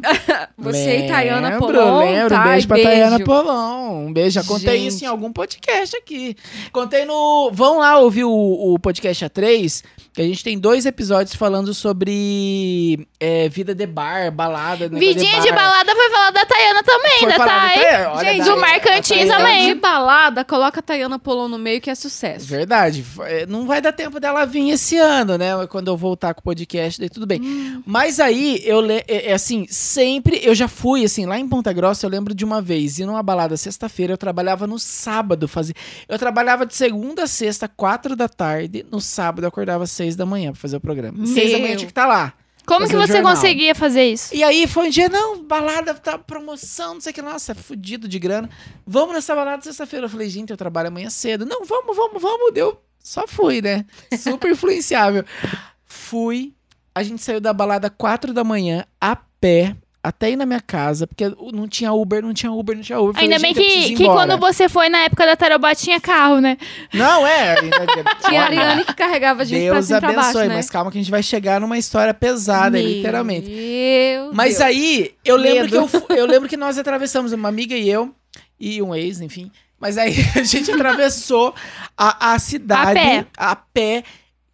Você e Tayana Lembro, Polon. Lembro, tá? um beijo pra Beijo. Tayana Polon. Um beijo. Já contei Gente. isso em algum podcast aqui. Contei no... Vão lá ouvir o, o podcast A três, que a gente tem dois episódios falando sobre é, vida de bar, balada. negócio Vidinha de bar. balada foi falar da Tayana também, Foi da falar Thay. do Thay- olha, Gente, da- do a Marcantinho Tayana- também. De balada, coloca a Tayana Polon no meio que é sucesso. Verdade. É, não vai dar tempo dela vir esse ano, né? Quando eu voltar com o podcast, daí tudo bem. Hum. Mas aí, eu le- é, é assim, sempre eu já fui, assim, lá em Ponta Grossa, eu lembro de uma vez, ir numa balada sexta-feira, eu trabalhava no sábado, fazia... Eu trabalhava de segunda a sexta, quatro da tarde, no sábado eu acordava às seis da manhã pra fazer o programa. Seis da manhã eu tinha que estar lá. Como Fazer que o você jornal. conseguia fazer isso? E aí foi um dia, não, balada, tá promoção, não sei o que, nossa, fudido de grana. Vamos nessa balada sexta-feira. Eu falei, gente, eu trabalho amanhã cedo. Não, vamos, vamos, vamos. Deu, só fui, né? Super influenciável. fui, a gente saiu da balada quatro da manhã, a pé, até ir na minha casa, porque não tinha Uber, não tinha Uber, não tinha Uber. Ainda Falei, bem gente, eu preciso que, ir que embora. quando você foi na época da Tarobá tinha carro, né? Não, é. ainda- Tinha a Olha, Ariane que carregava a gente pra Deus cima e pra abençoe, baixo, né? mas calma que a gente vai chegar numa história pesada, Meu literalmente. Deus. Mas aí, eu lembro, que Medo. eu, fu- eu lembro que nós atravessamos, uma amiga e eu, e um ex, enfim. Mas aí a gente atravessou a, a cidade A pé. a pé,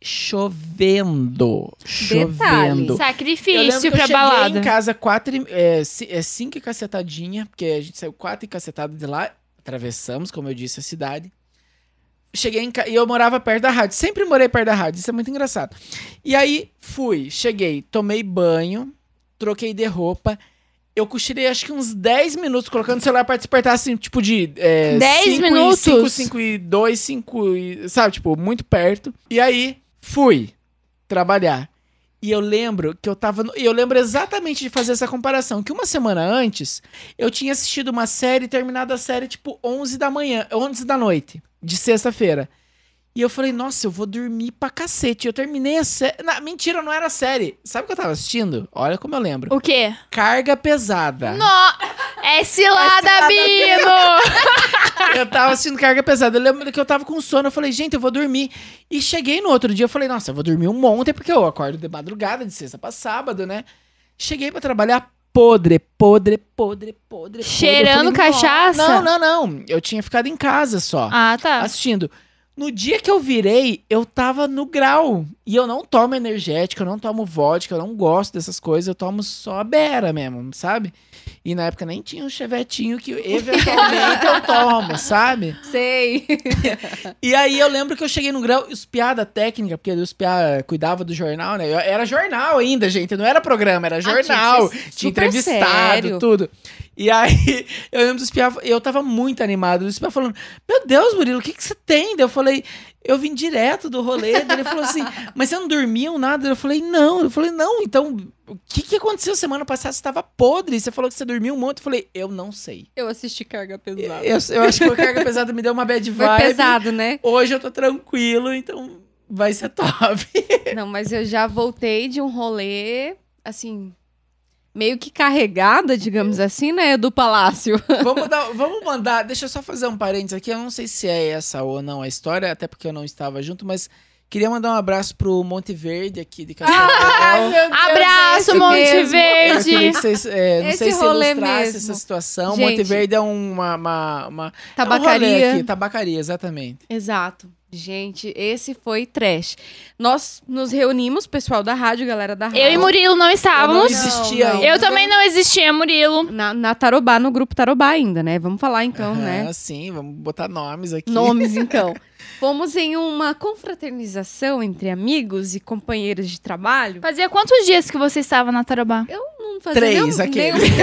chovendo. Detalhe. Chovendo. Eu lembro Sacrifício que eu pra cheguei balada. em casa quatro, e- é, ci- é, cinco e cacetadinha, porque a gente saiu quatro e cacetada de lá, atravessamos, como eu disse, a cidade. Cheguei em casa, e eu morava perto da rádio, sempre morei perto da rádio, isso é muito engraçado. E aí, fui, cheguei, tomei banho, troquei de roupa, eu cochilei acho que uns dez minutos, colocando o celular pra despertar, assim, tipo de... É, dez cinco e minutos? cinco, cinco e dois, cinco e... Sabe, tipo, muito perto. E aí, fui trabalhar. E eu lembro que eu tava... No... E eu lembro exatamente de fazer essa comparação. Que uma semana antes, eu tinha assistido uma série e terminado a série, tipo, onze da manhã, onze da noite, de sexta-feira. E eu falei, nossa, eu vou dormir pra cacete. Eu terminei a série... Mentira, não era série. Sabe o que eu tava assistindo? Olha como eu lembro. O quê? Carga Pesada. No... É cilada, Bino! Eu tava assistindo Carga Pesada. Eu lembro que eu tava com sono. Eu falei, gente, eu vou dormir. E cheguei no outro dia, eu falei, nossa, eu vou dormir um monte, porque eu acordo de madrugada, de sexta pra sábado, né? Cheguei pra trabalhar podre, podre, podre, podre. Cheirando podre. Eu falei, cachaça? Não, não, não. Eu tinha ficado em casa só, Ah, tá. assistindo. No dia que eu virei, eu tava no grau. E eu não tomo energético, eu não tomo vodka, eu não gosto dessas coisas, eu tomo só a beira mesmo, sabe? E na época nem tinha um chevetinho que eventualmente eu tomo, sabe? Sei. E aí eu lembro que eu cheguei no grau, os piá da técnica, porque os piá cuidava do jornal, né? Eu- era jornal ainda, gente, não era programa, era jornal. tinha que ser tinha super entrevistado, sério. tudo. E aí eu lembro dos piá, eu tava muito animado, os piá falando, meu Deus, Murilo, o que que você tem? Daí eu falei, eu vim direto do rolê. Daí ele falou assim, mas você não dormiu nada? Eu falei, não. Eu falei, não, então, o que que aconteceu semana passada? Você tava podre, você falou que você dormiu um monte. Eu falei, eu não sei. Eu assisti Carga Pesada. Eu, eu acho que a carga pesada me deu uma bad Foi vibe. pesado, né? Hoje eu tô tranquilo, então vai ser top. Não, mas eu já voltei de um rolê, assim, meio que carregada, digamos assim, né, do palácio. vamos, dar, vamos mandar, deixa eu só fazer um parênteses aqui, eu não sei se é essa ou não a história, até porque eu não estava junto, mas queria mandar um abraço pro Monte Verde aqui de Cascavel. Abraço, esse Monte mesmo. Eu Verde! queria que vocês, é, não Esse sei se rolê ilustrasse mesmo. essa situação. Gente. Monte Verde é uma... uma, uma Tabacaria. É um rolê aqui, tabacaria, exatamente. Exato. Gente, esse foi trash. Nós nos reunimos, pessoal da rádio, galera da rádio. Eu e Murilo não Eu não estávamos. existia Não, não. ainda. Eu também não existia, Murilo. Na, na Tarobá, no grupo Tarobá ainda, né? Vamos falar então, Aham, né? sim, vamos botar nomes aqui. Nomes, então. Fomos em uma confraternização entre amigos e companheiros de trabalho. Fazia quantos dias que você estava na Tarobá? Não fazia Três, nem, aqueles. nem,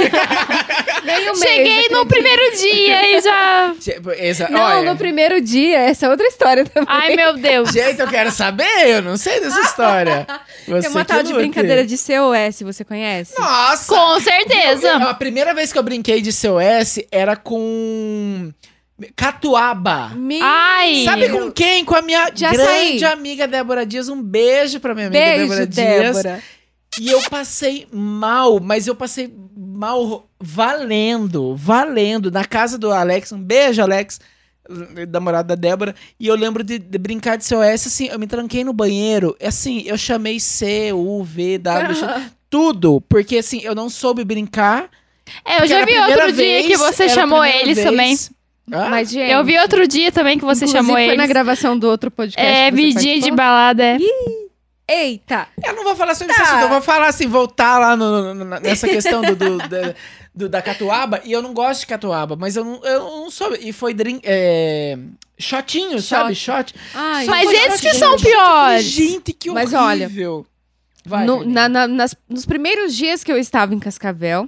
nem um mês, Cheguei no acredito. primeiro dia e já... Exa- Não, olha, no primeiro dia, essa é outra história também. Ai, meu Deus. Gente, eu quero saber, eu não sei dessa história. Você Tem uma que tal de lute. brincadeira de C O S, você conhece? Nossa! Com certeza. Eu- eu- a primeira vez que eu brinquei de C O S era com catuaba. Me... Ai. Sabe com quem? Com a minha Já grande saí. amiga Débora Dias. Um beijo pra minha amiga Beijo, Débora Dias. Débora. E eu passei mal, mas eu passei mal valendo, valendo. Na casa do Alex, um beijo, Alex, namorado da Débora. E eu lembro de, de brincar de C O S, assim, eu me tranquei no banheiro. Assim, eu chamei C, U, V, W, tudo. Porque, assim, eu não soube brincar. É, eu porque já era a vi primeira outro dia vez, que você era a chamou primeira eles vez. também. Ah, Mas, gente, Eu vi outro dia também que você inclusive, chamou foi eles. na gravação do outro podcast. É, que você vi dia de participou. balada. é. Eita! eu não vou falar sobre Tá. isso, eu vou falar assim, voltar lá no- no- no- nessa questão do, do- da, do- da catuaba. E eu não gosto de catuaba, mas eu não, eu não soube. E foi drink, é, shotinho, sabe? Shot. Ai, Mas Foi esses que shot, são gente. Eu falei, piores. Gente, que Mas horrível. Vai, no- Carlinhos. na- na- nas- nos primeiros dias que eu estava em Cascavel,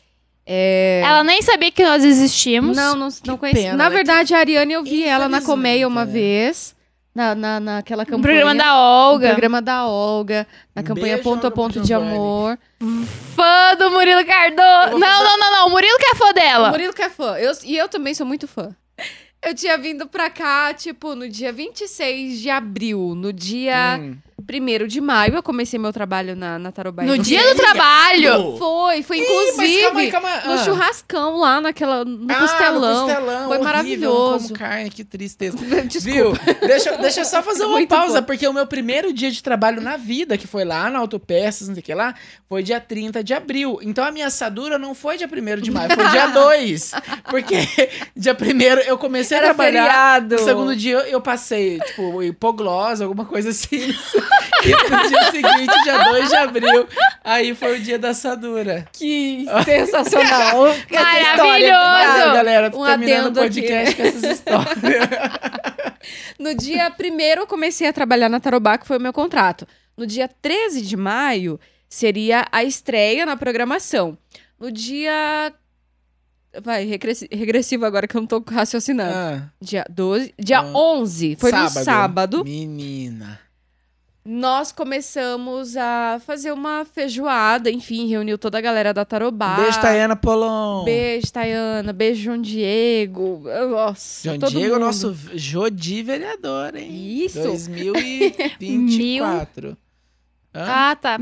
é, Ela nem sabia que nós existíamos. não, não, não conhecia. pena, Na né? verdade, a Ariane eu vi ela na Infelizmente, Colmeia uma é. vez, na, na, naquela No campanha. programa da no Olga. programa da Olga, na Um campanha beijo, Ponto a Olga Ponto de Giovanni. Amor. Fã do Murilo Cardoso. vou Não, fazer- não, não, não. O Murilo que é fã O dela. Murilo que é fã. Eu, e eu também sou muito fã. Eu tinha vindo pra cá, tipo, no dia vinte e seis de abril. No dia Hum. primeiro de maio, eu comecei meu trabalho na, na Tarobá. No Então, dia do trabalho. Foi, foi Ih, inclusive mas calma aí, calma aí. no Ah. churrascão lá, naquela, no Ah, costelão. no costelão. Foi horrível, maravilhoso. Não como carne, que tristeza. Desculpa. Viu? Deixa, deixa eu só fazer uma Muito pausa, bom. porque o meu primeiro dia de trabalho na vida, que foi lá na Autopeças, não sei o que lá, foi dia trinta de abril. Então a minha assadura não foi dia primeiro de maio, foi dia dois. Porque dia primeiro eu comecei a Era trabalhar. feriado. No segundo dia eu passei, tipo, hipoglose, alguma coisa assim. E no dia seguinte, dia dois de abril, aí foi o dia da assadura. Que sensacional. Essa história. Maravilhoso. Valeu, galera. Um terminando o adendo aqui, podcast com essas histórias. No dia primeiro eu comecei a trabalhar na Tarobá, que foi o meu contrato. No dia treze de maio seria a estreia na programação. No dia... Vai, regressi- regressivo agora que eu não tô raciocinando. Ah, Dia doze... Dia Ah. onze, foi no sábado. Menina. Nós começamos a fazer uma feijoada, enfim, reuniu toda a galera da Tarobá. Beijo, Tayana Polon. Beijo, Tayana. Beijo, João Diego. Nossa, João todo Diego, mundo. nosso Jodi vereador, hein? Isso. dois mil e vinte e quatro. Hã? Ah, tá.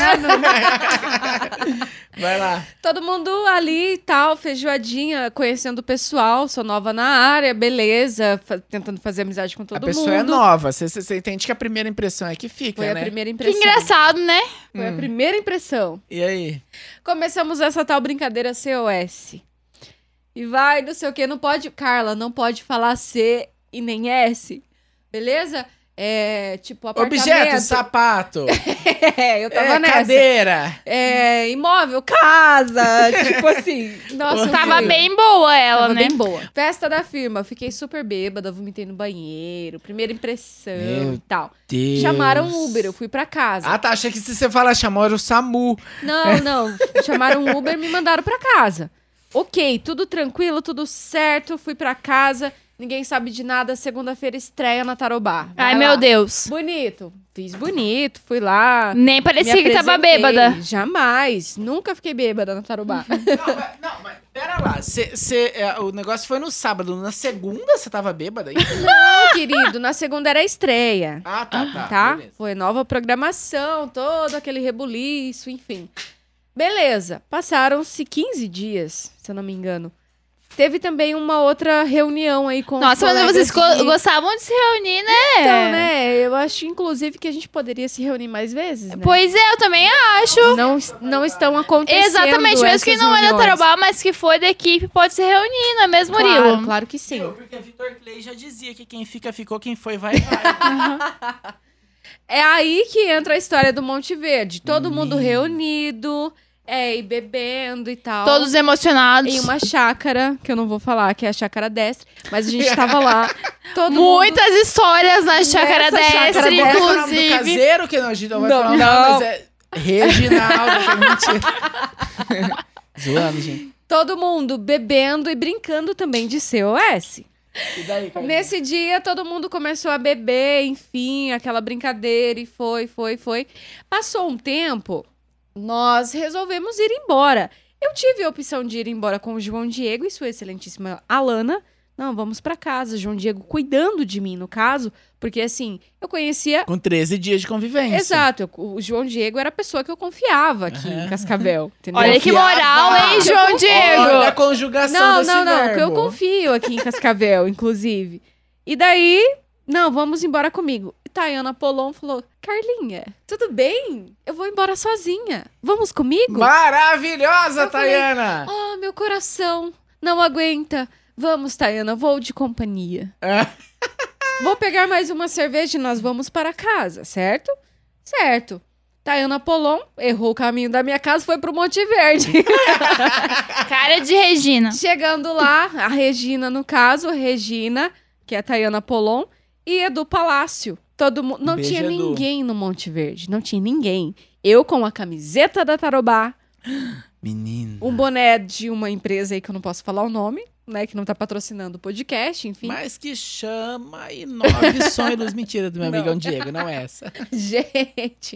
Vai lá. Todo mundo ali e tal, feijoadinha, conhecendo o pessoal. Sou nova na área, beleza. fa- tentando fazer amizade com todo a mundo. pessoa é nova. Você, você, você entende que a primeira impressão é que fica, Foi né? a primeira Que impressão. engraçado, né? Foi a Hum. primeira impressão. E aí? Começamos essa tal brincadeira C O S. E vai, não sei o que, não pode... Carla, não pode falar C e nem S. Beleza? É, tipo, apartamento. Objeto, sapato. É, eu tava é, nessa. cadeira. É, imóvel, casa, tipo assim. Nossa, Tava foi- bem boa ela, Tava né? bem boa. Festa da firma, fiquei super bêbada, vomitei no banheiro, primeira impressão Meu e tal. Deus. Chamaram um Uber, eu fui pra casa. Ah, tá. Achei que se você fala chamou era o SAMU. Não, não, chamaram um Uber e me mandaram pra casa. Ok, tudo tranquilo, tudo certo, fui pra casa, ninguém sabe de nada, segunda-feira estreia na Tarobá. Vai Ai, lá. meu Deus. Bonito, fiz bonito, fui lá. Nem parecia me que tava apresentei. bêbada. Jamais, nunca fiquei bêbada na Tarobá. Não, mas, não, mas pera lá. Cê, cê, é, o negócio foi no sábado. Na segunda você tava bêbada aí? Não, querido, na segunda era a estreia. Ah, tá, tá. Tá? beleza. Foi nova programação, todo aquele rebuliço, enfim. Beleza, passaram-se quinze dias, se eu não me engano. Teve também uma outra reunião aí com os Nossa, mas colegas vocês go- de- gostavam de se reunir, né? Então, né, eu acho, inclusive, que a gente poderia se reunir mais vezes, né? Pois é, eu também acho. Não, não estão acontecendo Exatamente, mesmo que essas não é da reuniões. Tarobá, mas que foi da equipe, pode se reunir, não é mesmo, Murilo? Claro, claro que sim. Viu? Porque Vitor Clay já dizia que quem fica, ficou, quem foi, vai, vai. É aí que entra a história do Monte Verde. Todo mundo Menino. reunido, é, e bebendo e tal. Todos emocionados. Em uma chácara, que eu não vou falar, que é a chácara destre, mas a gente tava lá, todo Muitas histórias na chácara Nessa chácara destre, destre. Qual é o nome do inclusive. caseiro que a gente não vai Não, falar? não. Mas é Reginaldo. que mentira. Zoando, gente. mundo, todo mundo bebendo e brincando também de C O S. E daí, cara? Nesse dia, todo mundo começou a beber, enfim, aquela brincadeira, e foi, foi, foi. Passou um tempo, nós resolvemos ir embora. Eu tive a opção de ir embora com o João Diego e sua excelentíssima Alana. Não, vamos pra casa. João Diego cuidando de mim, no caso, porque assim, eu conhecia. Com treze dias de convivência. Exato, eu- o João Diego era a pessoa que eu confiava aqui Aham. em Cascavel. Entendeu? Olha que moral, hein, João Diego? Olha a conjugação Não, desse não, não, verbo. que eu confio aqui em Cascavel, inclusive. E daí, não, vamos embora comigo. E Tayana Polon falou, Carlinha, tudo bem? Eu vou embora sozinha. Vamos comigo? Maravilhosa, Eu falei, Tayana! Oh, meu coração não aguenta. Vamos, Tayana, vou de companhia. Ah, Vou pegar mais uma cerveja e nós vamos para casa, certo? Certo. Tayana Polon errou o caminho da minha casa, foi pro Monte Verde. Cara de Regina. Chegando lá, a Regina, no caso, a Regina, que é a Tayana Polon, e Edu Palácio. Todo mundo. Não Beijo, tinha Edu. ninguém no Monte Verde. Não tinha ninguém. Eu com a camiseta da Tarobá, menina. um boné de uma empresa aí que eu não posso falar o nome, né? Que não tá patrocinando o podcast, enfim. Mas que chama e nove sonhos. Mentira do meu Não. amigão Diego, não é essa. Gente,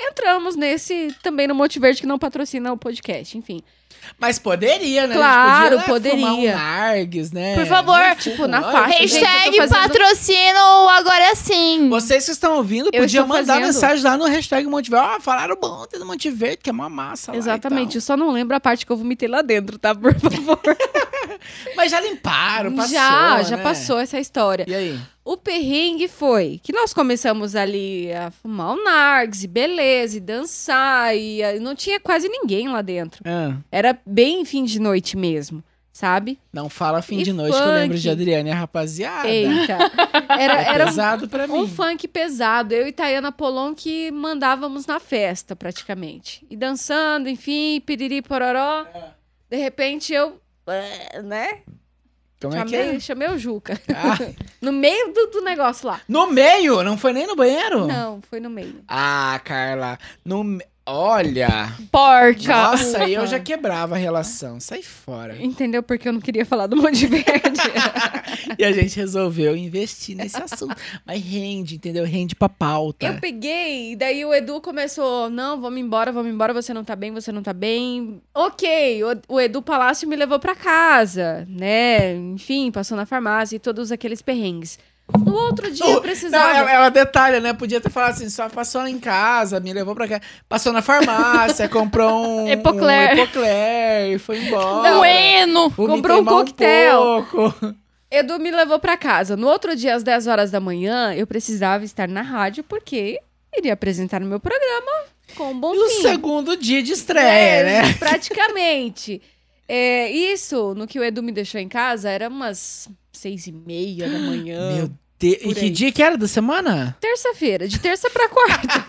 entramos nesse também no Monte Verde, que não patrocina o podcast, enfim. Mas poderia, né? Claro, a gente podia, né, poderia. fumar um Nargues, né? Por favor, tipo, na olha, faixa. gente, Hashtag eu tô fazendo- patrocínio agora sim. Vocês que estão ouvindo, Eu podiam estou mandar fazendo. mensagem lá no hashtag Monte Verde. Ó, falaram bom do Monte Verde, que é uma massa lá e Exatamente, tal. eu só não lembro a parte que eu vomitei lá dentro, tá? Por favor. Mas já limparam, passou, já, já né? passou essa história. E aí? O perrengue foi que nós começamos ali a fumar um nargues, e beleza, e dançar, e ah, não tinha quase ninguém lá dentro. Ah, Era bem fim de noite mesmo, sabe? não fala fim E de noite, que eu lembro funk? de Adriane, a rapaziada. Eita. Era, É era pesado pra mim. um funk pesado. Eu e Tayana Polon que mandávamos na festa, praticamente. E dançando, enfim, piriri, pororó. De repente eu, eh, né? Como é que Chamei, é? chamei o Juca. Ah, No meio do, do negócio lá. no meio? Não foi nem no banheiro? Não, foi no meio. Ah, Carla, no me- olha. Porca. Nossa, aí eu já quebrava a relação. Sai fora. Entendeu? Porque eu não queria falar do Monte Verde. E a gente resolveu investir nesse assunto. Mas rende, entendeu? Rende pra pauta. Eu peguei, e daí o Edu começou, não, vamos embora, vamos embora, você não tá bem, você não tá bem. Ok, o, o Edu Palácio me levou pra casa, né? Enfim, passou na farmácia e todos aqueles perrengues. No outro dia eu Não, precisava... ela, ela detalha, né? Podia ter falado assim, só passou em casa, me levou pra cá. Passou na farmácia, comprou um... Epocler. Um Epocler e foi embora. Bueno. Vomitei Comprou um mal coquetel. pouco. Edu me levou pra casa. No outro dia, às dez horas da manhã, eu precisava estar na rádio, porque iria apresentar o meu programa com um bom E o fim. segundo dia de estreia, É, né? praticamente. É, isso, no que o Edu me deixou em casa, era umas seis e meia da manhã. Meu Deus. E Por que aí. dia que era da semana? Terça-feira, de terça pra quarta.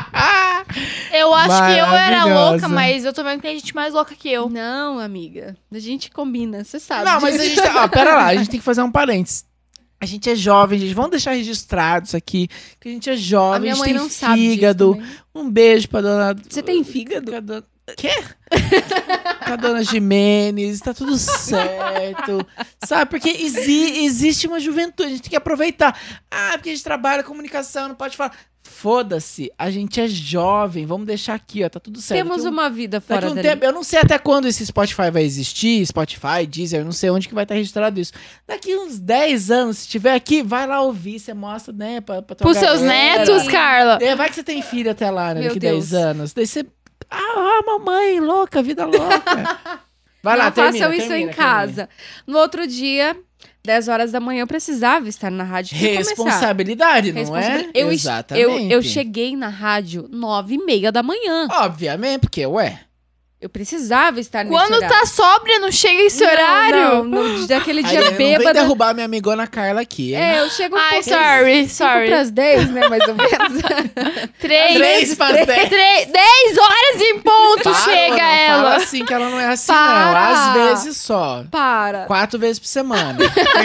Eu acho que eu era Maravilhosa. louca, mas eu tô vendo que tem gente mais louca que eu. Não, amiga. A gente combina, você sabe. Não, mas a disso. gente... Ó, pera lá, a gente tem que fazer um parênteses. A gente é jovem, gente. Vamos deixar registrado isso aqui. Que a gente é jovem, A minha a gente mãe tem não sabe disso fígado. também. Um beijo pra dona... Você tem fígado? Pra dona... Quê? Pra dona Jimenez, tá tudo certo. Sabe? Porque exi- existe uma juventude, a gente tem que aproveitar. Ah, porque a gente trabalha comunicação, não pode falar. Foda-se, a gente é jovem, vamos deixar aqui, ó, tá tudo certo. Temos Daqui um- uma vida Daqui fora um dali. tempo, eu não sei até quando esse Spotify vai existir, Spotify, Deezer, eu não sei onde que vai estar registrado isso. Daqui uns dez anos, se tiver aqui, vai lá ouvir, você mostra, né, pra, pra tua Pros seus galera. netos, Carla. É, vai que você tem filho até lá, né, Meu daqui Deus. dez anos. Daí você... Ah, ah, mamãe, louca, vida louca. Vai lá, Não termina, façam isso termina, em casa. No outro dia, dez horas da manhã, eu precisava estar na rádio. termina. e começar. Responsabilidade, não Responsabilidade. é? Eu, es- Exatamente. eu, eu cheguei na rádio nove e meia da manhã. Obviamente, porque, ué... Eu precisava estar nesse Quando horário. tá sóbria, não chega esse Não, horário? Não, no, daquele Aí, dia não vem bêbada. derrubar minha amigona Carla aqui, hein? É, eu chego um Ai, pouco... sorry, cinco sorry. pras dez, né, mais ou menos. Três. Três para dez. Três, dez horas em ponto Para, chega não ela. Fala assim que ela não é assim, Para. não. Às vezes só. Para. Quatro vezes por semana.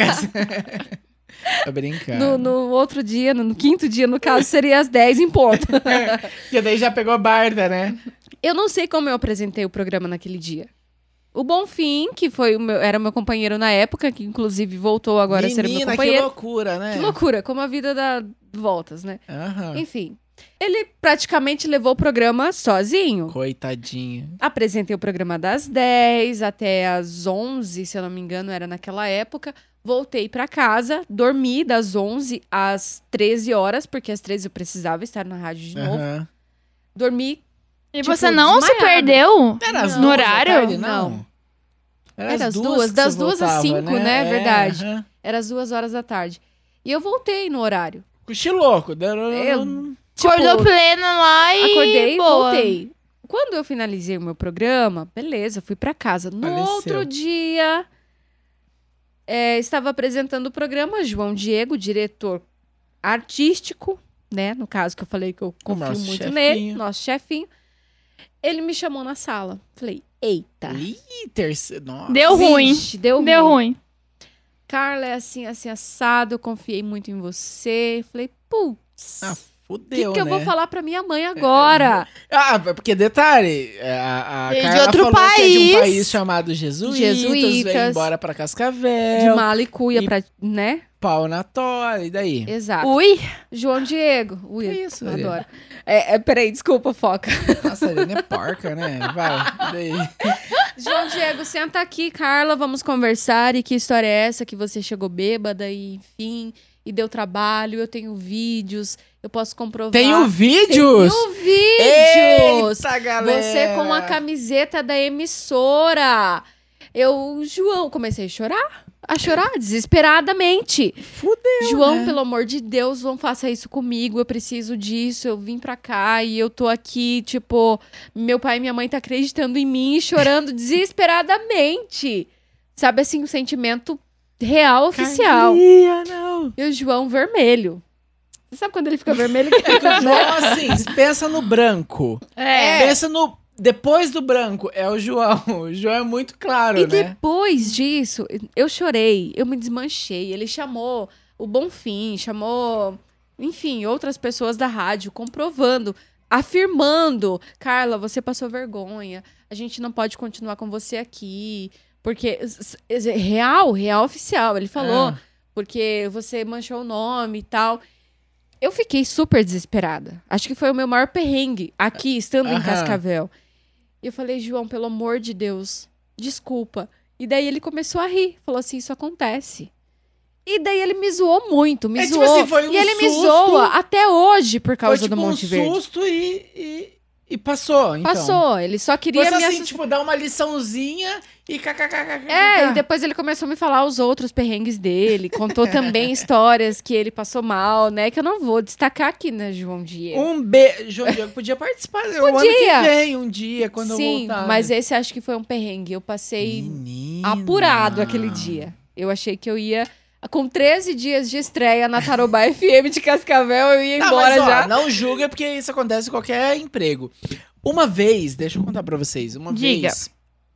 Tô brincando. No, no outro dia, no, no quinto dia, no caso, seria às dez em ponto. Porque daí já pegou barda, né? Eu não sei como eu apresentei o programa naquele dia. O Bonfim, que foi o meu, era o meu companheiro na época, que inclusive voltou agora a ser o meu Menina, que companheiro. loucura, né? Que loucura, como a vida dá voltas, né? Aham. Enfim, ele praticamente levou o programa sozinho. Coitadinho. Apresentei o programa das dez até as onze, se eu não me engano, era naquela época. Voltei pra casa, dormi das onze às treze horas, porque às treze eu precisava estar na rádio de novo. Aham. Dormi. E Tipo, você não se desmaiada. perdeu? Era as No duas da horário? tarde, não? Não. Era, Era as duas, que das você duas às voltava, cinco, né? É, Verdade. aham. Era às duas horas da tarde. E eu voltei no horário. Cochilouco. Eu- Acordou Tipo, plena lá e acordei e boa. voltei. Quando eu finalizei o meu programa, beleza, fui pra casa. No Faleceu. outro dia, é, estava apresentando o programa João Diego, diretor artístico, né? No caso que eu falei que eu confio nosso muito chefinho. nele, nosso chefinho. Ele me chamou na sala. Falei, eita. Ih, terceiro. Nossa. Deu ruim. Vixe, deu, Deu ruim. ruim. Carla, é assim, assim, assado, eu confiei muito em você. Falei, putz, Ah, o que, fudeu, que eu né? vou falar pra minha mãe agora? Ah, porque detalhe, a, a Ele é de Carla outro falou que é de um país. país chamado Jesuítas, veio Jesuítas. embora pra De Cascavel. mala e cuia e- pra, né? pau na tora, e daí? Exato. Ui, João Diego. Ui, Que isso, eu Ariane? adoro. É, é, peraí, desculpa, foca. Nossa, a Ariane é porca, né? Vai, e daí? João Diego, senta aqui, Carla, vamos conversar. E que história é essa que você chegou bêbada e, enfim, e deu trabalho. Eu tenho vídeos, eu posso comprovar. Tenho vídeos? Tenho vídeos! Eita, galera! Você com a camiseta da emissora. Eu, João, comecei a chorar. A chorar desesperadamente. Fudeu, João, né? pelo amor de Deus, não faça isso comigo. Eu preciso disso. Eu vim pra cá e eu tô aqui, tipo, meu pai e minha mãe tá acreditando em mim e chorando desesperadamente. Sabe assim, um sentimento real, oficial. Caria, não. E o João vermelho. Você sabe quando ele fica vermelho? Não, assim, pensa no branco. é. Pensa no... Depois do branco, é o João. O João é muito claro, E né? depois disso, eu chorei, eu me desmanchei. Ele chamou o Bonfim, chamou, enfim, outras pessoas da rádio, comprovando, afirmando: Carla, você passou vergonha, a gente não pode continuar com você aqui. Porque, s- s- real, real oficial, ele falou, Ah. porque você manchou o nome e tal. Eu fiquei super desesperada. Acho que foi o meu maior perrengue aqui, estando em Aham. Cascavel. E eu falei, João, pelo amor de Deus, desculpa. E daí ele começou a rir. Falou assim, isso acontece. E daí ele me zoou muito, me É, tipo zoou. assim, foi um e ele me susto. zoa até hoje por Foi causa tipo do Monte um Verde. susto e, e, e passou, então. Passou, ele só queria Foi me assim, assustar. tipo, dar uma liçãozinha e kkkk. É, e depois ele começou a me falar os outros perrengues dele. Contou também histórias que ele passou mal, né? Que eu não vou destacar aqui, né, João Diego? Um beijo. João Diego podia participar o ano Podia. que vem, um dia, quando Sim, eu voltar. mas esse acho que foi um perrengue. Eu passei Menina. apurado aquele dia. Eu achei que eu ia... Com treze dias de estreia na Tarobá F M de Cascavel, eu ia Não, embora mas, ó, já. não julga, porque isso acontece em qualquer emprego. Uma vez, deixa eu contar pra vocês. Uma Diga. vez,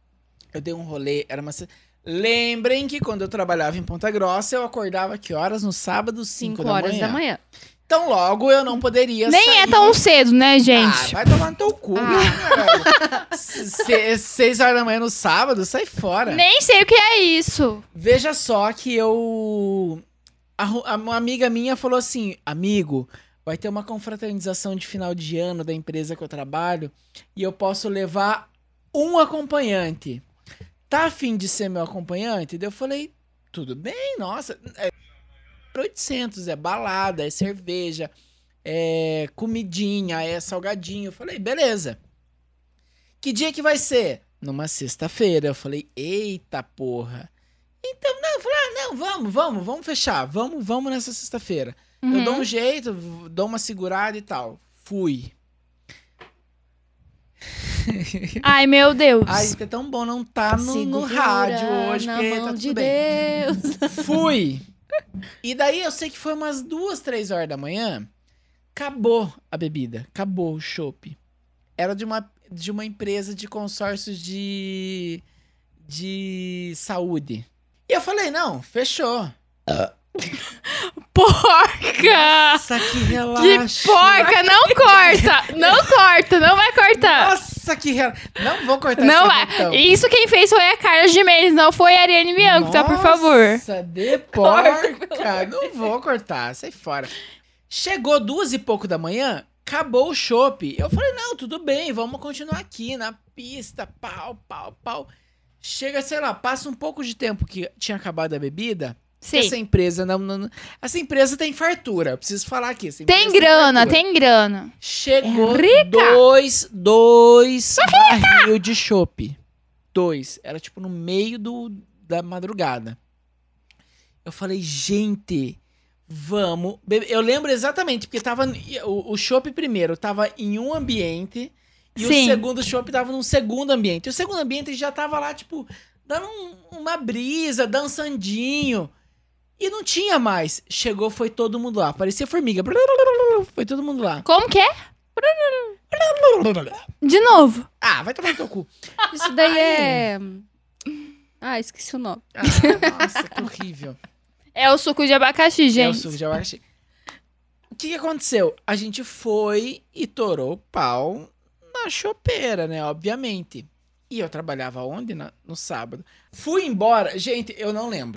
eu dei um rolê, era uma... se- Lembrem que quando eu trabalhava em Ponta Grossa, eu acordava que horas? No sábado, cinco cinco da horas manhã. da manhã. Então logo eu não poderia Nem sair. é tão cedo, né, Ah, gente? vai tomar no teu cu, Ah. cara. Se- Seis horas da manhã no sábado, sai fora. Nem sei o que é isso. Veja só que eu... a ru- a- Uma amiga minha falou assim, amigo, vai ter uma confraternização de final de ano da empresa que eu trabalho e eu posso levar um acompanhante. Tá afim de ser meu acompanhante? Daí eu falei, tudo bem, nossa. É oitocentos, é balada, é cerveja, é comidinha, é salgadinho. Eu falei, beleza. Que dia que vai ser? Numa sexta-feira. Eu falei, eita porra. Então, não, eu falei, ah, não, vamos, vamos, vamos fechar. Vamos, vamos nessa sexta-feira. Eu Uhum. dou um jeito, v- dou uma segurada e tal. Fui. Ai, meu Deus. Ai, é tão bom não tá no, no Segura rádio hoje, na porque mão tá tudo de bem. Deus. Fui. E daí eu sei que foi umas duas, três horas da manhã. Acabou a bebida. Acabou o chopp. Era de uma, de uma empresa de consórcios de, de saúde. E eu falei, não, fechou. Porca! Nossa, que Que relaxa. porca! Não corta! Não corta! Não vai cortar! Nossa, que relaxa. Não vou cortar Não esse vai. botão. Isso quem fez foi a Carla Gimenez, não foi a Ariane Bianco, tá? Por favor. Nossa, de porca. Não vou cortar, sai fora. Chegou duas e pouco da manhã, acabou o chopp. Eu falei, não, tudo bem, vamos continuar aqui na pista, pau, pau, pau. Chega, sei lá, passa um pouco de tempo que tinha acabado a bebida. que Essa Sim. empresa não, não- não- essa empresa tem fartura, eu preciso falar aqui. essa Tem empresa grana, fartura. tem grana. Chegou É rica. dois, dois barril de chopp. Dois. Era tipo no meio do, da madrugada. Eu falei, gente, vamos. beber. Eu lembro exatamente, porque tava. O, o chopp primeiro tava em um ambiente e Sim. o segundo chopp tava num segundo ambiente. E o segundo ambiente já tava lá, tipo, dando um- uma brisa, dançandinho. E não tinha mais. Chegou, foi todo mundo lá. Parecia formiga. Foi todo mundo lá. Como que é? De novo. Ah, vai tomar no teu cu. Isso daí é... Ah, esqueci o nome. Ah, nossa, que horrível. É o suco de abacaxi, É o gente. suco de abacaxi. O que, que aconteceu? A gente foi e torou o pau na chopeira, né? Obviamente. E eu trabalhava onde? Na- no sábado. Fui embora. Gente, eu não lembro.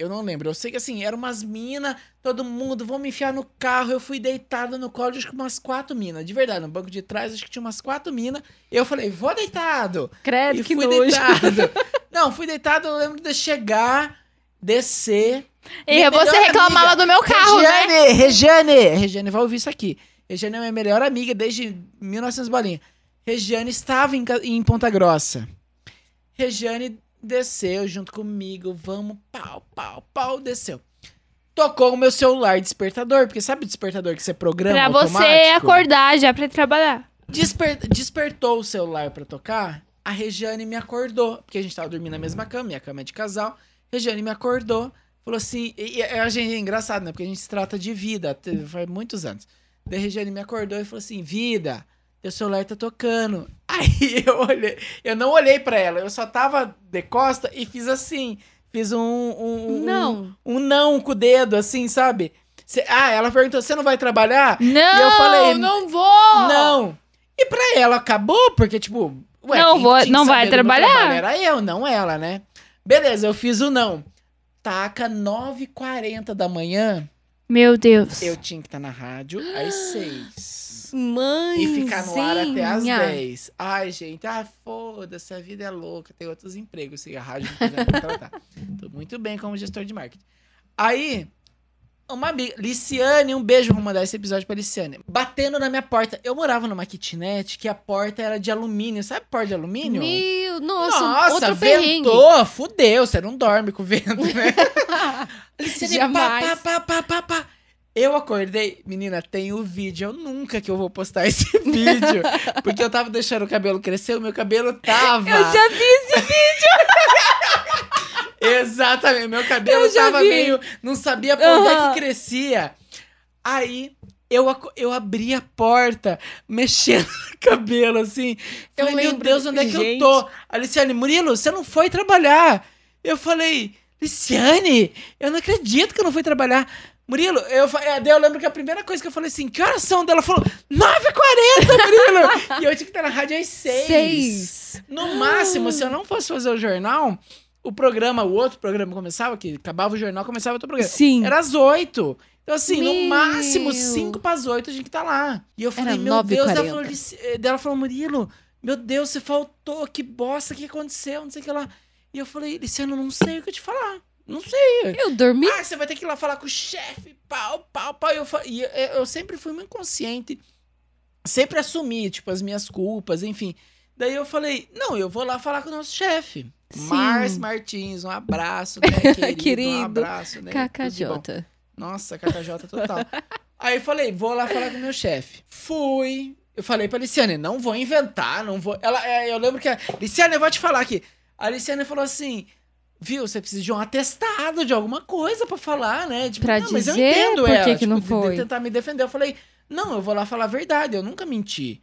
Eu não lembro. Eu sei que assim, eram umas minas, todo mundo, vão me enfiar no carro. Eu fui deitado no colo, acho que umas quatro minas. De verdade, no banco de trás, acho que tinha umas quatro minas. Eu falei, vou deitado. Credo, e que fui nojo. deitado. Não, fui deitado, eu lembro de chegar, descer. E Minha você melhor reclamava amiga, do meu carro, Regiane, né? Regiane, Regiane vai ouvir isso aqui. Regiane é minha melhor amiga desde mil e novecentos bolinha. Regiane estava em, Ca- em Ponta Grossa. Regiane desceu junto comigo, vamos, pau, pau, pau, desceu. Tocou o meu celular despertador, porque sabe o despertador que você programa Pra automático? você acordar já pra ir trabalhar. Desper- despertou o celular pra tocar, a Regiane me acordou, porque a gente tava dormindo na mesma cama, minha cama é de casal. Regiane me acordou, falou assim, e, e a gente é engraçado, né, porque a gente se trata de vida, te- faz muitos anos. Daí a Regiane me acordou e falou assim, vida, teu celular tá tocando. Aí eu olhei, eu não olhei pra ela, eu só tava de costa e fiz assim, fiz um... um, um Não. Um, um não com o dedo, assim, sabe? Cê- ah, ela perguntou, você não vai trabalhar? Não, eu falei, não vou! Não. E pra ela acabou, porque, tipo... Ué, Não quem vou- tinha que não vai saber do meu trabalhar. trabalho era eu, não ela, né? Beleza, eu fiz o não. Taca nove e quarenta da manhã, Meu Deus. eu tinha que estar na rádio às seis. Mãe. E ficar no ar até às dez. Ai, gente, ah, foda-se, a vida é louca, tem outros empregos. Se a rádio não quiser me contratar. Tô muito bem como gestor de marketing. Aí, uma amiga, Liciane, um beijo, vou mandar esse episódio pra Liciane. Batendo na minha porta. Eu morava numa kitnet que a porta era de alumínio. Sabe porta de alumínio? Meu, nossa, Nossa, outro perrengue. ventou, fudeu, você não dorme com vento, né? Liciane, pá, Jamais. pá, pá, pá, pá, pá. Eu acordei, menina, tem o vídeo, eu nunca que eu vou postar esse vídeo, porque eu tava deixando o cabelo crescer, o meu cabelo tava... Eu já vi esse Exatamente, meu cabelo Eu já tava vi. meio... Não sabia pra onde é Aham. que crescia. Aí, eu, aco- eu abri a porta, mexendo no cabelo, assim. Eu Falei, meu lembro, Deus, onde é que gente. eu tô? A Liciane, Murilo, você não foi trabalhar. Eu falei, Liciane, eu não acredito que eu não fui trabalhar. Murilo, eu, fa- é, daí eu lembro que a primeira coisa que eu falei assim, que horas são? Daí ela falou, nove e quarenta, Murilo! E eu tinha que estar na rádio às seis. Seis. No máximo, se eu não fosse fazer o jornal, o programa, o outro programa começava, que acabava o jornal, começava outro programa. Sim. Era às oito. Então, assim, no Meu. máximo, cinco para as oito a gente que tá lá. E eu falei, Era meu nove e Deus, ela quarenta. falou, Lici- eh, daí ela falou, Murilo, meu Deus, você faltou, que bosta, o que aconteceu, não sei o que lá. E eu falei, Luciano, não sei o que te falar. Não sei. Eu dormi. Ah, você vai ter que ir lá falar com o chefe, pau, pau, pau. E eu, fa- e eu, eu sempre fui muito consciente, sempre assumi, tipo, as minhas culpas, enfim. Daí eu falei, não, eu vou lá falar com o nosso chefe. Sim. Márcio Martins, um abraço, né, querido? Querido. Um abraço, né? Tudo de bom. K K J. Nossa, K K J total. Aí eu falei, vou lá falar com o meu chefe. Fui. Eu falei pra Liciane, não vou inventar, não vou... Ela, é, eu lembro que a... Liciane, eu vou te falar aqui. A Liciane falou assim, viu, você precisa de um atestado, de alguma coisa pra falar, né? Tipo, Pra não, mas eu dizer entendo por que ela, que tipo, não de- de foi. tentar me defender. Eu falei, não, eu vou lá falar a verdade, eu nunca menti.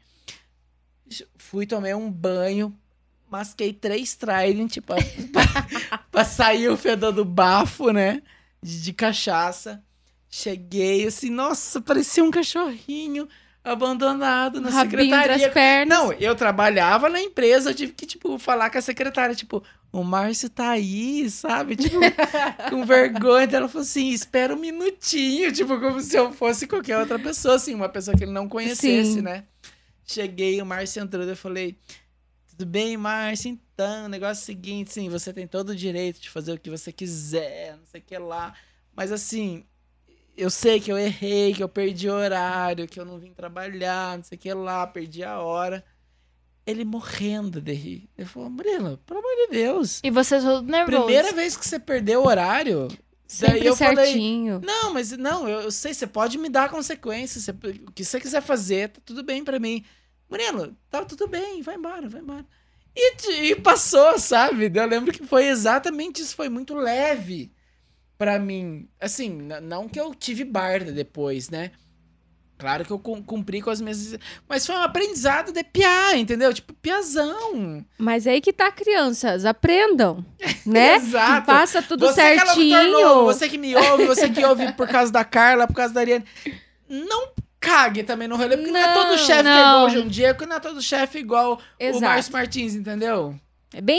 Fui, tomei um banho, masquei três Trident pra, pra, pra sair o fedor do bafo, né? De, de cachaça. Cheguei, assim, nossa, parecia um cachorrinho abandonado na Rabinho entre secretaria. as pernas. Não, eu trabalhava na empresa, eu tive que, tipo, falar com a secretária, tipo, o Márcio tá aí, sabe? Tipo, com vergonha. Então ela falou assim, espera um minutinho, tipo, como se eu fosse qualquer outra pessoa, assim, uma pessoa que ele não conhecesse, Sim. né? Cheguei, o Márcio entrou, eu falei, tudo bem, Márcio? Então, o negócio é o seguinte, sim, você tem todo o direito de fazer o que você quiser, não sei o que lá, mas assim... Eu sei que eu errei, que eu perdi o horário, que eu não vim trabalhar, não sei o que lá, perdi a hora. Ele morrendo de rir. Ele falou, Murilo, pelo amor de Deus. E você todo nervoso. Primeira vez que você perdeu o horário. Sempre daí eu falei, certinho. não, mas não, eu, eu sei, você pode me dar consequências. Você, o que você quiser fazer, tá tudo bem pra mim. Murilo, tá tudo bem, vai embora, vai embora. E, e passou, sabe? Eu lembro que foi exatamente isso, foi muito leve. Pra mim, assim, n- não que eu tive barda depois, né? Claro que eu cum- cumpri com as minhas... Mas foi um aprendizado de piá, entendeu? Tipo, piazão. Mas aí que tá, crianças. Aprendam, né? Exato. Passa tudo você que ela me certinho. tornou, você que me ouve, você que ouve por causa da Carla, por causa da Ariane. Não cague também no rolê, porque não, é todo Não, chefe que é não. igual o João Diego, não é todo chefe igual o Exato. Márcio Martins, entendeu? É bem isso.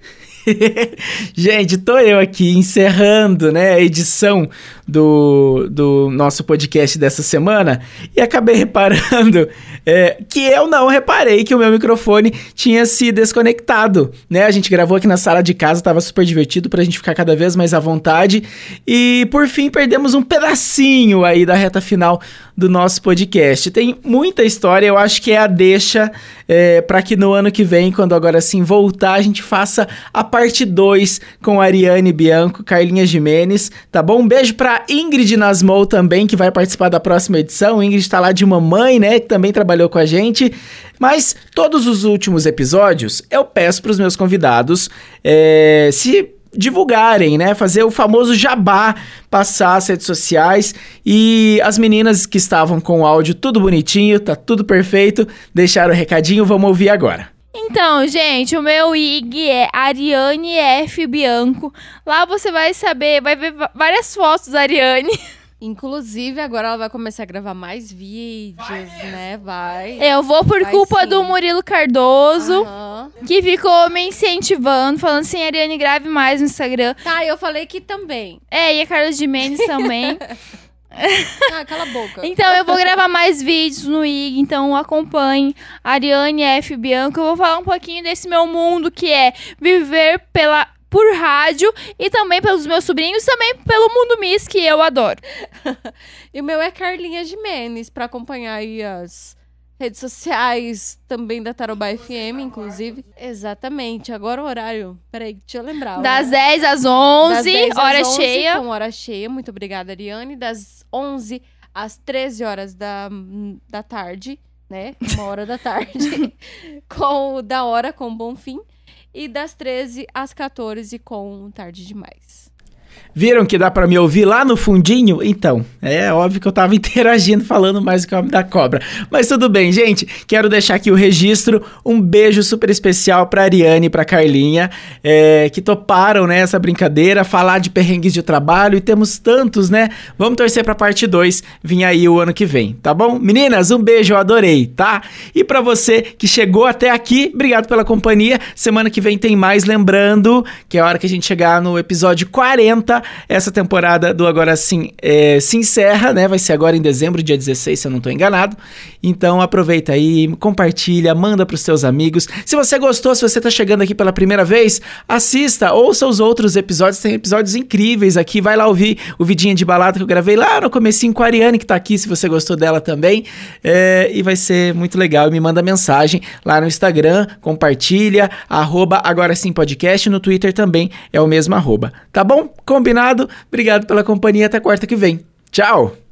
Gente, tô eu aqui encerrando, né, a edição do, do nosso podcast dessa semana e acabei reparando é, que eu não reparei que o meu microfone tinha se desconectado, né? A gente gravou aqui na sala de casa, tava super divertido pra gente ficar cada vez mais à vontade e por fim perdemos um pedacinho aí da reta final do nosso podcast. Tem muita história, eu acho que é a deixa é, para que no ano que vem, quando agora sim voltar, a gente faça a parte dois com a Ariane Bianco, Carlinha Gimenez, tá bom? Um beijo pra Ingrid Nasmou também, que vai participar da próxima edição. Ingrid tá lá de mamãe, né, que também trabalhou com a gente. Mas todos os últimos episódios, eu peço pros meus convidados é, se divulgarem, né, fazer o famoso jabá, passar as redes sociais e as meninas que estavam com o áudio tudo bonitinho, tá tudo perfeito, deixaram o recadinho, vamos ouvir agora. Então, gente, o meu I G é Ariane F. Bianco. Lá você vai saber, vai ver várias fotos da Ariane. Inclusive, agora ela vai começar a gravar mais vídeos, vai, né? Vai. Eu vou por vai culpa sim. do Murilo Cardoso, uhum. que ficou me incentivando, falando assim, Ariane, grave mais no Instagram. Tá, eu falei que também. É, e a Carla Gimenez também. Ah, cala a boca. Então eu vou gravar mais vídeos no I G, então acompanhe Ariane F. Bianco. Eu vou falar um pouquinho desse meu mundo que é viver pela, por rádio e também pelos meus sobrinhos, também pelo Mundo Miss, que eu adoro. E o meu é Carlinha Gimenez, pra acompanhar aí as redes sociais também da Tarobá F M, inclusive. Exatamente, agora o horário, peraí, deixa eu lembrar. Das dez às onze, das dez hora às onze, cheia. Com hora cheia, muito obrigada, Ariane. Das onze às treze horas da, da tarde, né? Uma hora da tarde, com o Da Hora com Bonfim. E das treze às quatorze com Tarde Demais. Viram que dá pra me ouvir lá no fundinho? Então, é óbvio que eu tava interagindo, falando mais do que o homem da cobra. Mas tudo bem, gente. Quero deixar aqui o registro. Um beijo super especial pra Ariane e pra Carlinha, é, que toparam, né, essa brincadeira, falar de perrengues de trabalho. E temos tantos, né? Vamos torcer pra parte dois vir aí o ano que vem, tá bom? Meninas, um beijo, eu adorei, tá? E pra você que chegou até aqui, obrigado pela companhia. Semana que vem tem mais, lembrando que é a hora que a gente chegar no episódio quarenta, essa temporada do Agora Sim é, se encerra, né? Vai ser agora em dezembro, dia dezesseis, se eu não tô enganado. Então aproveita aí, compartilha, manda pros seus amigos. Se você gostou, se você tá chegando aqui pela primeira vez, assista, ouça os outros episódios, tem episódios incríveis aqui. Vai lá ouvir o vidinho de balada que eu gravei lá no comecinho com a Ariane, que tá aqui, se você gostou dela também. É, e vai ser muito legal. Me manda mensagem lá no Instagram, compartilha, arroba Agora Sim Podcast, no Twitter também é o mesmo arroba. Tá bom? Combinado? Obrigado pela companhia, até quarta que vem. Tchau!